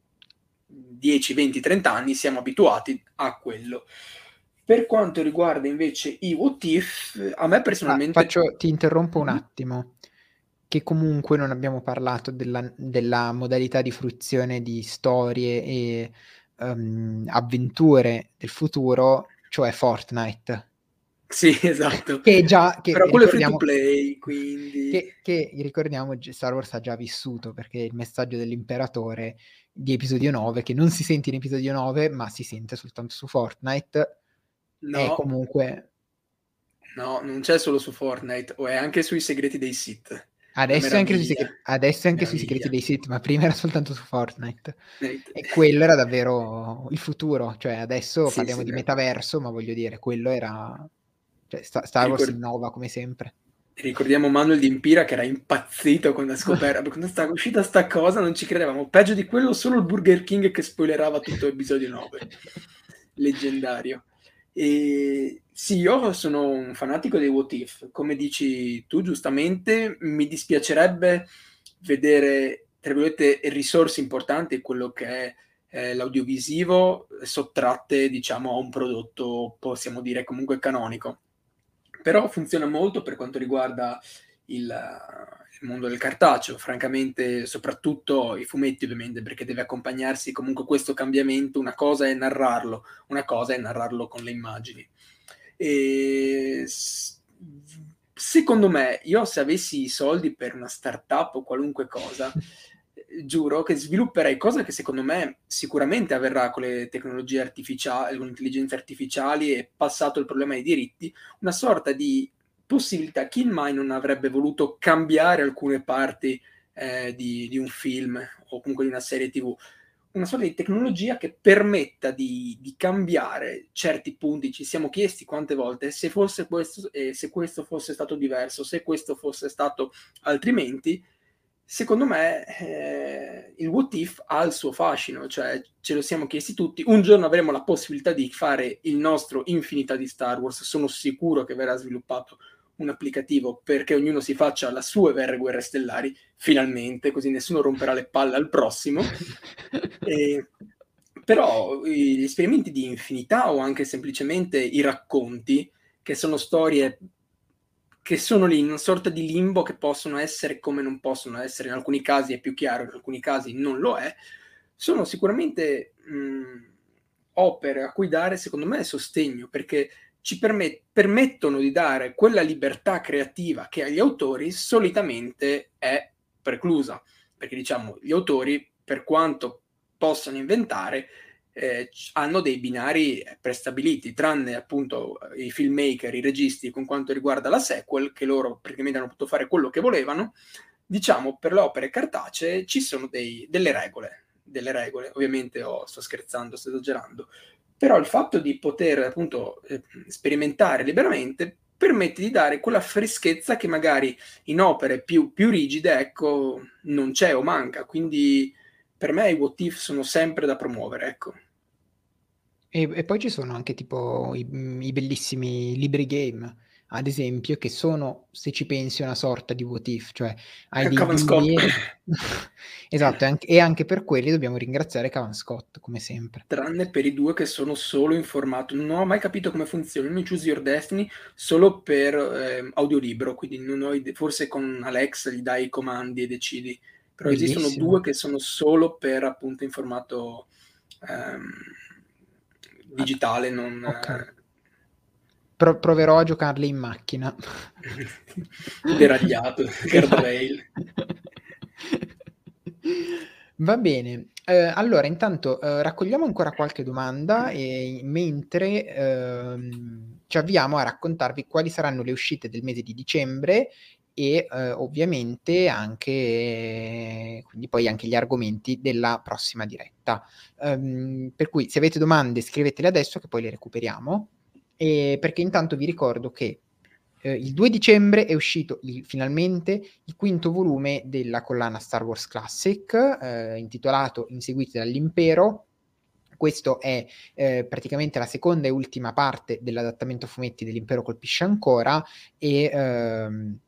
B: dieci, venti, trenta anni siamo abituati a quello. Per quanto riguarda invece i what if, a me
A: Ah,
B: personalmente
A: faccio ti interrompo un
B: mh-mh.
A: attimo, che comunque non abbiamo parlato della della modalità di fruizione di storie e, uhm, avventure del futuro, cioè Fortnite.
B: Sì, esatto.
A: Che già che
B: Però quello è free to
A: ricordiamo
B: play, quindi
A: che che ricordiamo g Star Wars ha già vissuto, perché il messaggio dell'imperatore di episodio nove, che non si sente in episodio nove, ma si sente soltanto su Fortnite, è
B: no,
A: comunque
B: no, non c'è solo su Fortnite, o è anche sui segreti dei Sith. Una
A: adesso è anche sui
B: meraviglia,
A: segre adesso è anche sui segreti
B: meraviglia.
A: dei Sith, ma prima era soltanto su Fortnite.
B: Nate
A: E quello era davvero il futuro, cioè adesso
B: sì,
A: parliamo
B: sì,
A: di
B: beh.
A: metaverso, ma voglio dire, quello era cioè Sta Star Wars
B: Ricor
A: innova come sempre.
B: ricordiamo Manuel D'Impira che era impazzito quando ha scoper quando sta uscita 'sta cosa non ci credevamo. Peggio di quello solo il Burger King che spoilerava tutto episodio nove. Leggendario. Ehm, sì, io sono un fanatico dei what if. Come dici tu giustamente, mi dispiacerebbe vedere, tra virgolette, "risorse importanti", quello che è, ehm, l'audiovisivo, sottratte diciamo a un prodotto, possiamo dire comunque canonico. Però funziona molto per quanto riguarda il il mondo del cartaceo, francamente, soprattutto i fumetti ovviamente, perché deve accompagnarsi comunque questo cambiamento, una cosa è narrarlo, una cosa è narrarlo con le immagini. Ehm, s secondo me, io se avessi i soldi per una startup o qualunque cosa, ehm, giuro che svilupperei cosa che secondo me sicuramente avverrà con le tecnologie artificia con le intelligenze artificiali e passato il problema dei diritti, una sorta di possibilità. Chi mai non avrebbe voluto cambiare alcune parti, ehm, di di un film o comunque di una serie T V? Una sorta di tecnologia che permetta di di cambiare certi punti. Ci siamo chiesti quante volte: se fosse questo e se questo fosse stato diverso, se questo fosse stato altrimenti, secondo me eh, il What If ha il suo fascino, cioè ce lo siamo chiesti tutti, un giorno avremo la possibilità di fare il nostro Infinità di Star Wars, sono sicuro che verrà sviluppato un applicativo perché ognuno si faccia la sue vere guerre stellari, finalmente, così nessuno romperà le palle al prossimo. E, però gli esperimenti di infinità o anche semplicemente i racconti, che sono storie che sono lì in una sorta di limbo, che possono essere come non possono essere, in alcuni casi è più chiaro, in alcuni casi non lo è, sono sicuramente mh, opere a cui dare, secondo me, sostegno, perché ci permet- permettono di dare quella libertà creativa che agli autori solitamente è preclusa, perché diciamo gli autori, per quanto possano inventare, eh, hanno dei binari prestabiliti, tranne appunto i filmmaker, i registi, con quanto riguarda la sequel, che loro praticamente hanno potuto fare quello che volevano. Diciamo, per le opere cartacee ci sono dei, delle regole, delle regole, ovviamente oh, sto scherzando, sto esagerando, però il fatto di poter appunto eh, sperimentare liberamente permette di dare quella freschezza che magari in opere più, più rigide, ecco, non c'è o manca, quindi per me i what if sono sempre da promuovere, ecco.
A: E, e poi ci sono anche tipo i, i bellissimi libri game, ad esempio, che sono, se ci pensi, una sorta di what if, cioè hai dei
B: Cavan Scott.
A: dubbi. Esatto, e anche, e anche per quelli dobbiamo ringraziare Cavan Scott, come sempre.
B: Tranne per i due che sono solo in formato. Non ho mai capito come funziona. Io Choose Your Destiny solo per eh, audiolibro, quindi non ho ide- forse con Alexa gli dai i comandi e decidi. Però esistono due
A: Bellissimo.
B: che sono solo per appunto in formato ehm,
A: Ah,
B: digitale, non...
A: ok.
B: eh,
A: Pro- proverò a giocarli in macchina.
B: deragliato,
A: Esatto.
B: guardrail.
A: Va bene. Eh, allora, intanto eh, raccogliamo ancora qualche domanda e mentre ehm, ci avviamo a raccontarvi quali saranno le uscite del mese di dicembre e eh, ovviamente anche, quindi poi anche gli argomenti della prossima diretta. Ehm, per cui se avete domande scrivetele adesso che poi le recuperiamo. E perché intanto vi ricordo che eh, il due dicembre è uscito il- finalmente il quinto volume della collana Star Wars Classic, eh, intitolato Inseguiti dall'Impero. Questo è eh, praticamente la seconda e ultima parte dell'adattamento a fumetti dell'Impero colpisce ancora e ehm,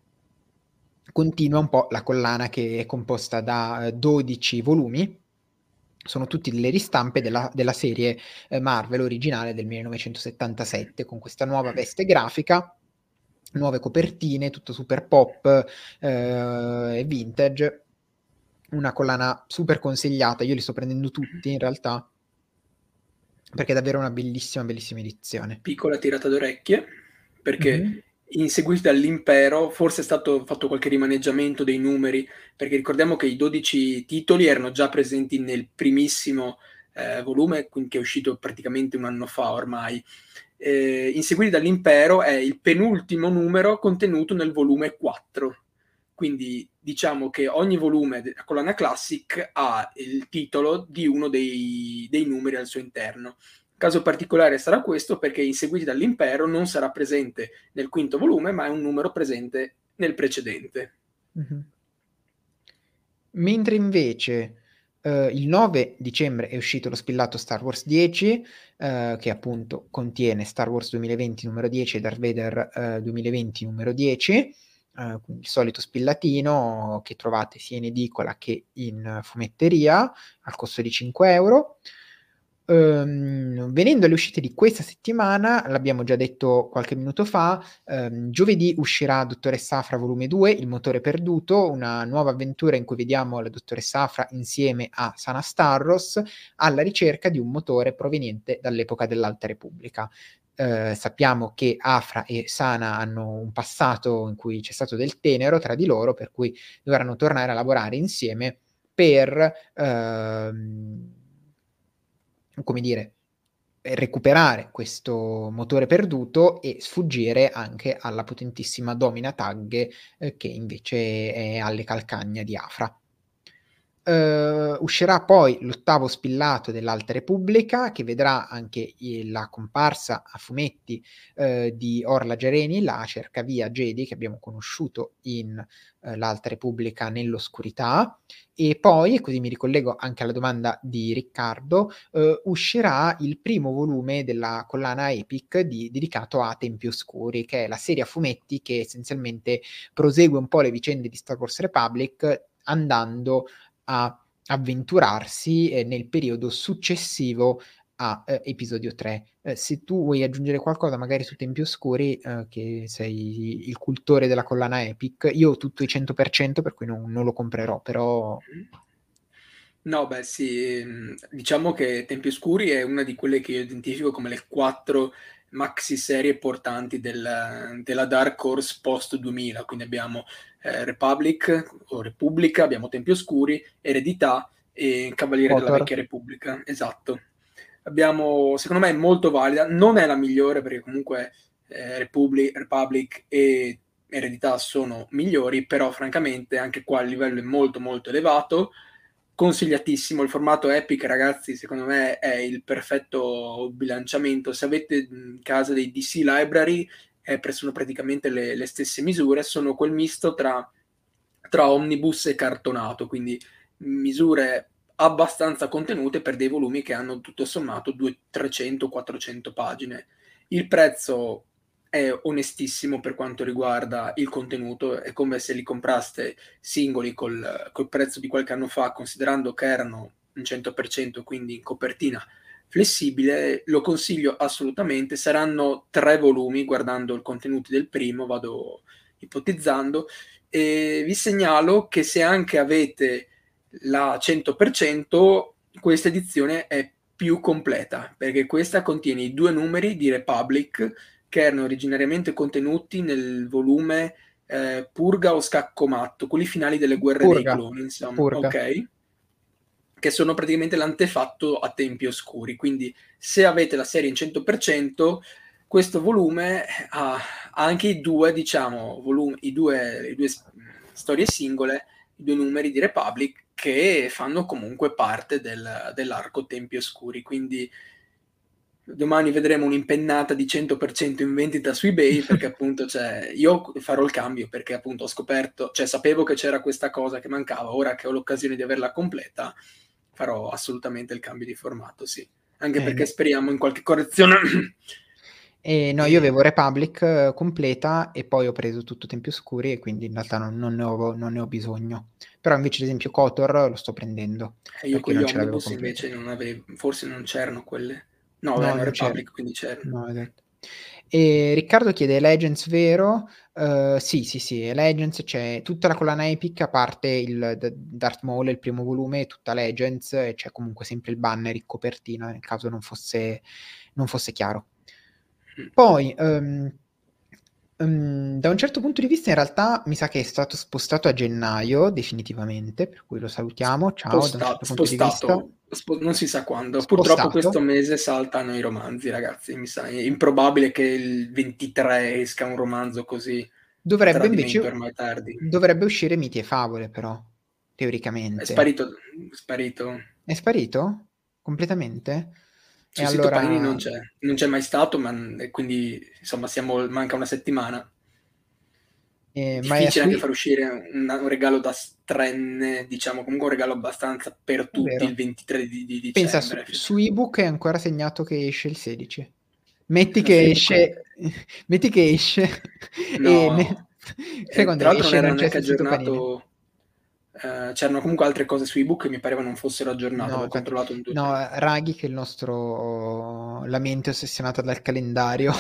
A: continua un po' la collana che è composta da eh, dodici volumi. Sono tutte delle ristampe della, della serie eh, Marvel originale del millenovecentosettantasette, con questa nuova veste grafica, nuove copertine, tutto super pop eh, e vintage. Una collana super consigliata, io li sto prendendo tutti in realtà, perché è davvero una bellissima, bellissima edizione.
B: Piccola tirata d'orecchie, perché
A: Mhm.
B: inseguiti dall'Impero forse è stato fatto qualche rimaneggiamento dei numeri, perché ricordiamo che i dodici titoli erano già presenti nel primissimo eh, volume, quindi che è uscito praticamente un anno fa ormai. Eh, Inseguiti dall'Impero è il penultimo numero contenuto nel volume quattro. Quindi diciamo che ogni volume della collana Classic ha il titolo di uno dei, dei numeri al suo interno. Caso particolare sarà questo perché Inseguiti dall'Impero non sarà presente nel quinto volume, ma è un numero presente nel precedente.
A: Mhm. Mentre invece eh, il nove dicembre è uscito lo spillato Star Wars dieci, eh, che appunto contiene Star Wars duemilaventi numero dieci e Darth Vader eh, duemilaventi numero dieci, eh, quindi il solito spillatino che trovate sia in edicola che in fumetteria al costo di cinque euro. Ehm, venendo alle uscite di questa settimana, l'abbiamo già detto qualche minuto fa, ehm, giovedì uscirà Dottoressa Afra volume due, Il motore perduto, una nuova avventura in cui vediamo la Dottoressa Afra insieme a Sana Starros alla ricerca di un motore proveniente dall'epoca dell'Alta Repubblica. Eh, sappiamo che Afra e Sana hanno un passato in cui c'è stato del tenero tra di loro, per cui dovranno tornare a lavorare insieme per ehm, come dire, recuperare questo motore perduto e sfuggire anche alla potentissima Domina Tag, eh, che invece è alle calcagna di Afra. Uh, uscirà poi l'ottavo spillato dell'Alta Repubblica, che vedrà anche la comparsa a fumetti uh, di Orla Gereni, la cercavia Jedi che abbiamo conosciuto in uh, l'Alta Repubblica nell'oscurità. E poi, e così mi ricollego anche alla domanda di Riccardo, uh, uscirà il primo volume della collana Epic di, dedicato a Tempi Oscuri, che è la serie a fumetti che essenzialmente prosegue un po' le vicende di Star Wars Republic, andando a avventurarsi eh, nel periodo successivo a eh, episodio tre. Eh, se tu vuoi aggiungere qualcosa magari su Tempi Oscuri, eh, che sei il cultore della collana Epic, io ho tutto i cento per cento, per cui non, non lo comprerò, però...
B: No, beh sì, diciamo che Tempi Oscuri è una di quelle che io identifico come le quattro maxi serie portanti del, della Dark Horse post duemila, quindi abbiamo eh, Republic o Repubblica, abbiamo Tempi Oscuri, Eredità e Cavaliere della
A: Kotor.
B: Vecchia Repubblica, esatto. Abbiamo, secondo me è molto valida, non è la migliore perché comunque eh, Republic, Republic e Eredità sono migliori, però francamente anche qua il livello è molto molto elevato, consigliatissimo. Il formato Epic, ragazzi, secondo me è il perfetto bilanciamento. Se avete in casa dei D C Library, eh, sono praticamente le, le stesse misure, sono quel misto tra, tra omnibus e cartonato, quindi misure abbastanza contenute per dei volumi che hanno tutto sommato trecento quattrocento pagine. Il prezzo è onestissimo per quanto riguarda il contenuto, è come se li compraste singoli col, col prezzo di qualche anno fa, considerando che erano un cento per cento, quindi in copertina flessibile. Lo consiglio assolutamente. Saranno tre volumi, guardando il contenuto del primo, vado ipotizzando, e vi segnalo che se anche avete la cento per cento, questa edizione è più completa, perché questa contiene i due numeri di Republic che erano originariamente contenuti nel volume eh, Purga o Scacco Matto, quelli finali delle guerre
A: Purga.
B: dei cloni, insomma,
A: Purga.
B: ok? Che sono praticamente l'antefatto a Tempi Oscuri. Quindi se avete la serie in cento per cento, questo volume ha, ha anche i due, diciamo, volumi, i due, le due storie singole, i due numeri di Republic che fanno comunque parte del, dell'arco Tempi Oscuri. Quindi domani vedremo un'impennata di cento per cento in vendita su eBay, perché appunto cioè, io farò il cambio perché appunto ho scoperto, cioè sapevo che c'era questa cosa che mancava, ora che ho l'occasione di averla completa farò assolutamente il cambio di formato, sì, anche
A: eh,
B: perché
A: no.
B: speriamo in qualche correzione.
A: Eh, no,
B: e...
A: io avevo Republic eh, completa e poi ho preso tutto Tempi Oscuri e quindi in realtà non, non, ne ho, non ne ho bisogno. Però invece ad esempio Kotor lo sto prendendo
B: E io
A: perché
B: con gli
A: non ce l'avevo
B: omnibus
A: completo.
B: invece non avevo, forse non c'erano quelle. No,
A: No,
B: erano
A: non c'era.
B: Republic, quindi c'erano.
A: No, esatto. E Riccardo chiede Legends vero? Uh, sì, sì, sì, Legends c'è tutta la collana Epic, a parte il D- Darth Maul, il primo volume, tutta Legends, e c'è comunque sempre il banner in copertina, nel caso non fosse, non fosse chiaro. Poi, um, um, da un certo punto di vista, in realtà mi sa che è stato spostato a gennaio, definitivamente, per cui lo salutiamo. Ciao, da un
B: Sposta-
A: certo punto di vista.
B: spostato, spo- non si sa quando. Purtroppo
A: Spostato.
B: questo mese saltano i romanzi, ragazzi. Mi sa, è improbabile che il ventitré esca un romanzo così a
A: Dovrebbe
B: tradimento
A: invece,
B: ormai tardi.
A: dovrebbe uscire Miti e Favole, però,
B: È
A: teoricamente.
B: sparito, è sparito.
A: È sparito? Completamente? E
B: Sul sito Panini
A: allora...
B: non c'è, non c'è mai stato, ma e quindi insomma siamo, manca una settimana.
A: Eh, ma è
B: Difficile
A: su...
B: anche
A: È
B: far uscire un, un regalo da strenne, diciamo, comunque un regalo abbastanza per tutti il
A: vero.
B: ventitré di, di
A: Pensa, su,
B: dicembre.
A: su ebook è ancora segnato che esce il sedici. Metti
B: Su
A: che
B: ebook
A: esce... Metti che esce e...
B: no.
A: Me... Sai
B: E
A: quando
B: tra l'altro non
A: esce e
B: era
A: non c'è
B: neanche
A: sul sito Panini?
B: aggiornato, eh, c'erano comunque altre cose su ebook che mi pareva non fossero aggiornate,
A: No,
B: avevo
A: infatti,
B: controllato un due o
A: no,
B: tre.
A: Raghi, che è il nostro la mente ossessionata dal calendario,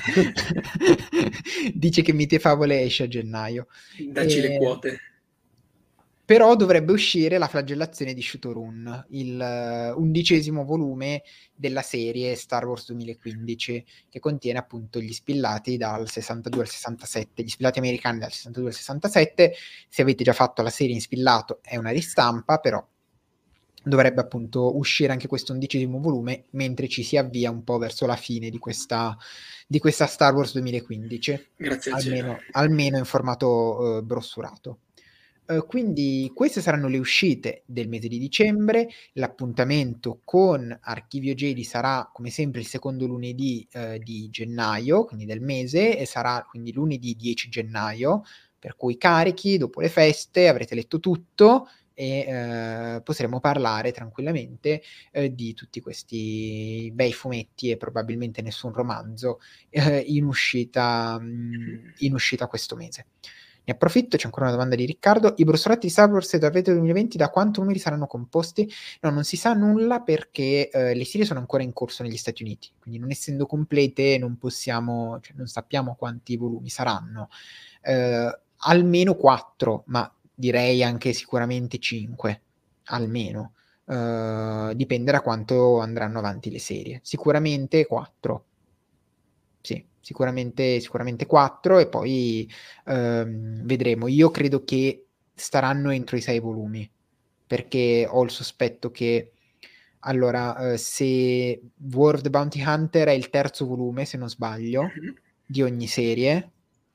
A: dice che Miti e Favole esce a gennaio.
B: Dacci le
A: E...
B: quote.
A: Però dovrebbe uscire La flagellazione di Shutorun, il uh, undicesimo volume della serie Star Wars duemilaquindici, che contiene appunto gli spillati dal sessantadue al sessantasette, gli spillati americani dal sessantadue al sessantasette. Se avete già fatto la serie in spillato è una ristampa, però dovrebbe appunto uscire anche questo undicesimo volume mentre ci si avvia un po' verso la fine di questa, di questa Star Wars duemilaquindici,
B: Grazie al cielo.
A: almeno, almeno in formato uh, brossurato. Uh, quindi queste saranno le uscite del mese di dicembre. L'appuntamento con Archivio Jedi sarà come sempre il secondo lunedì uh, di gennaio, quindi del mese, e sarà quindi lunedì dieci gennaio, per cui carichi, dopo le feste avrete letto tutto e uh, potremo parlare tranquillamente uh, di tutti questi bei fumetti e probabilmente nessun romanzo uh, in uscita, um, in uscita questo mese. Ne approfitto, c'è ancora una domanda di Riccardo. I brussoletti di Star Wars Davvero duemilaventi da quanto numeri saranno composti? No, non si sa nulla perché eh, le serie sono ancora in corso negli Stati Uniti, quindi non essendo complete non possiamo, cioè non sappiamo quanti volumi saranno. Eh, almeno quattro, ma direi anche sicuramente cinque, almeno. Eh, dipende da quanto andranno avanti le serie. Sicuramente quattro. Sì, sicuramente, sicuramente quattro e poi ehm, vedremo. Io credo che staranno entro i sei volumi, perché ho il sospetto che allora, eh, se World Bounty Hunter è il terzo volume, se non sbaglio, di ogni serie,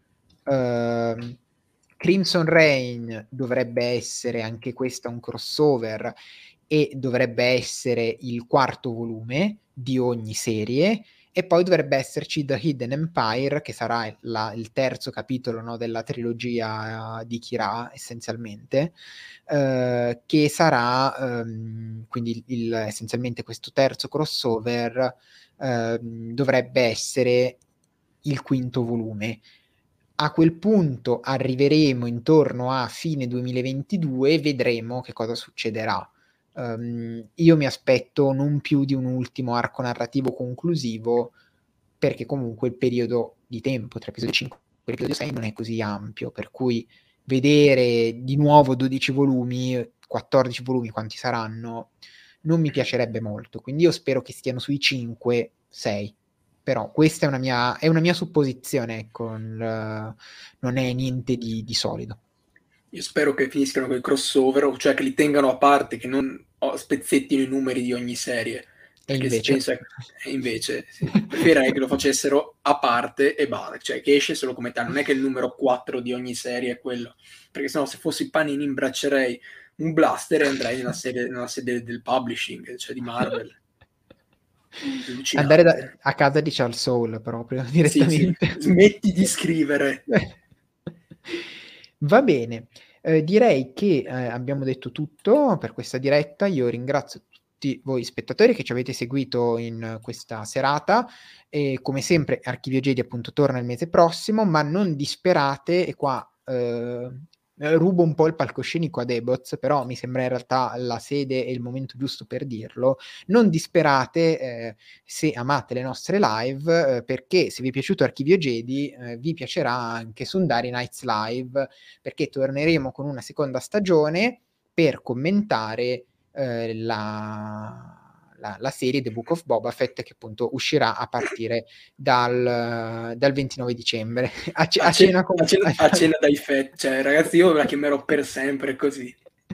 A: ehm, Crimson Reign dovrebbe essere anche questa un crossover e dovrebbe essere il quarto volume di ogni serie, e poi dovrebbe esserci The Hidden Empire, che sarà la, il terzo capitolo, no, della trilogia uh, di Kira, essenzialmente, uh, che sarà um, quindi il, essenzialmente questo terzo crossover uh, dovrebbe essere il quinto volume. A quel punto arriveremo intorno a fine duemilaventidue e vedremo che cosa succederà. Um, io mi aspetto non più di un ultimo arco narrativo conclusivo, perché comunque il periodo di tempo tra episodio cinque e episodio sei non è così ampio, per cui vedere di nuovo dodici volumi, quattordici volumi, quanti saranno, non mi piacerebbe molto, quindi io spero che stiano sui cinque sei. Però questa è una mia, è una mia supposizione, ecco, non è niente di, di solido.
B: Io spero che finiscano con il crossover, cioè che li tengano a parte, che non spezzettino i numeri di ogni serie. Perché
A: e invece,
B: si pensa, e invece sì, preferirei che lo facessero a parte e basta, cioè che esce solo come tale, non è che il numero quattro di ogni serie è quello, perché sennò se fossi Panini imbraccerei un blaster e andrei nella, serie, nella sede del publishing, cioè di Marvel.
A: Andare da, a casa di Charles Soule proprio direttamente.
B: Sì, sì. Smetti di scrivere.
A: Va bene, eh, direi che eh, abbiamo detto tutto per questa diretta. Io ringrazio tutti voi spettatori che ci avete seguito in questa serata e come sempre Archivio Jedi appunto torna il mese prossimo, ma non disperate, e qua eh, rubo un po' il palcoscenico a Deboz, però mi sembra in realtà la sede e il momento giusto per dirlo. Non disperate eh, se amate le nostre live, eh, perché se vi è piaciuto Archivio Jedi eh, vi piacerà anche Sundari Nights Live, perché torneremo con una seconda stagione per commentare eh, la... La, la serie The Book of Boba Fett, che appunto uscirà a partire dal, dal ventinove dicembre a, c-
B: a,
A: a,
B: ce-
A: cena con...
B: a, cena, a cena dai Fett, cioè ragazzi io la chiamerò per sempre così.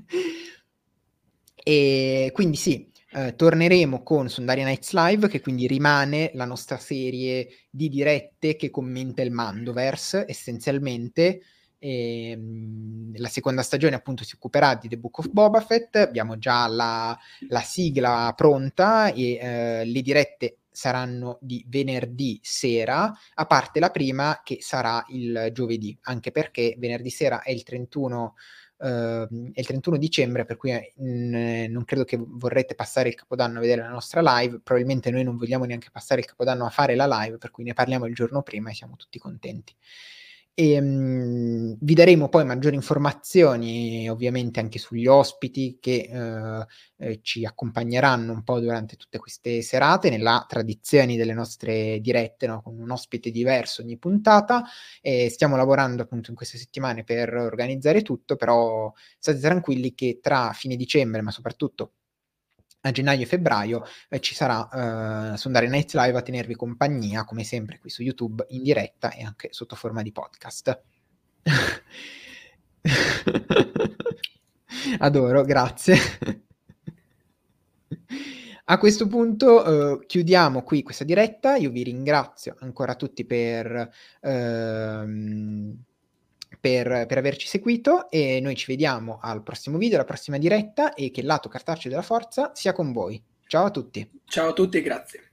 A: E quindi sì, eh, torneremo con Sundaria Nights Live, che quindi rimane la nostra serie di dirette che commenta il Mandoverse essenzialmente. E, mh, la seconda stagione appunto si occuperà di The Book of Boba Fett, abbiamo già la, la sigla pronta e eh, le dirette saranno di venerdì sera, a parte la prima che sarà il giovedì, anche perché venerdì sera è il trentuno Uh, è il trentuno dicembre, per cui mh, non credo che vorrete passare il Capodanno a vedere la nostra live. Probabilmente noi non vogliamo neanche passare il Capodanno a fare la live, per cui ne parliamo il giorno prima e siamo tutti contenti. E, mh, vi daremo poi maggiori informazioni ovviamente anche sugli ospiti che eh, eh, ci accompagneranno un po' durante tutte queste serate, nella tradizione delle nostre dirette, no? Con un ospite diverso ogni puntata. E stiamo lavorando appunto in queste settimane per organizzare tutto, però state tranquilli che tra fine dicembre, ma soprattutto a gennaio e febbraio eh, ci sarà eh, Sundari Nights Live a tenervi compagnia, come sempre qui su YouTube in diretta e anche sotto forma di podcast. Adoro, grazie. A questo punto eh, chiudiamo qui questa diretta. Io vi ringrazio ancora tutti per ehm, per, per averci seguito, e noi ci vediamo al prossimo video, alla prossima diretta, e che il lato cartaceo della forza sia con voi. Ciao a tutti.
B: Ciao a tutti e grazie.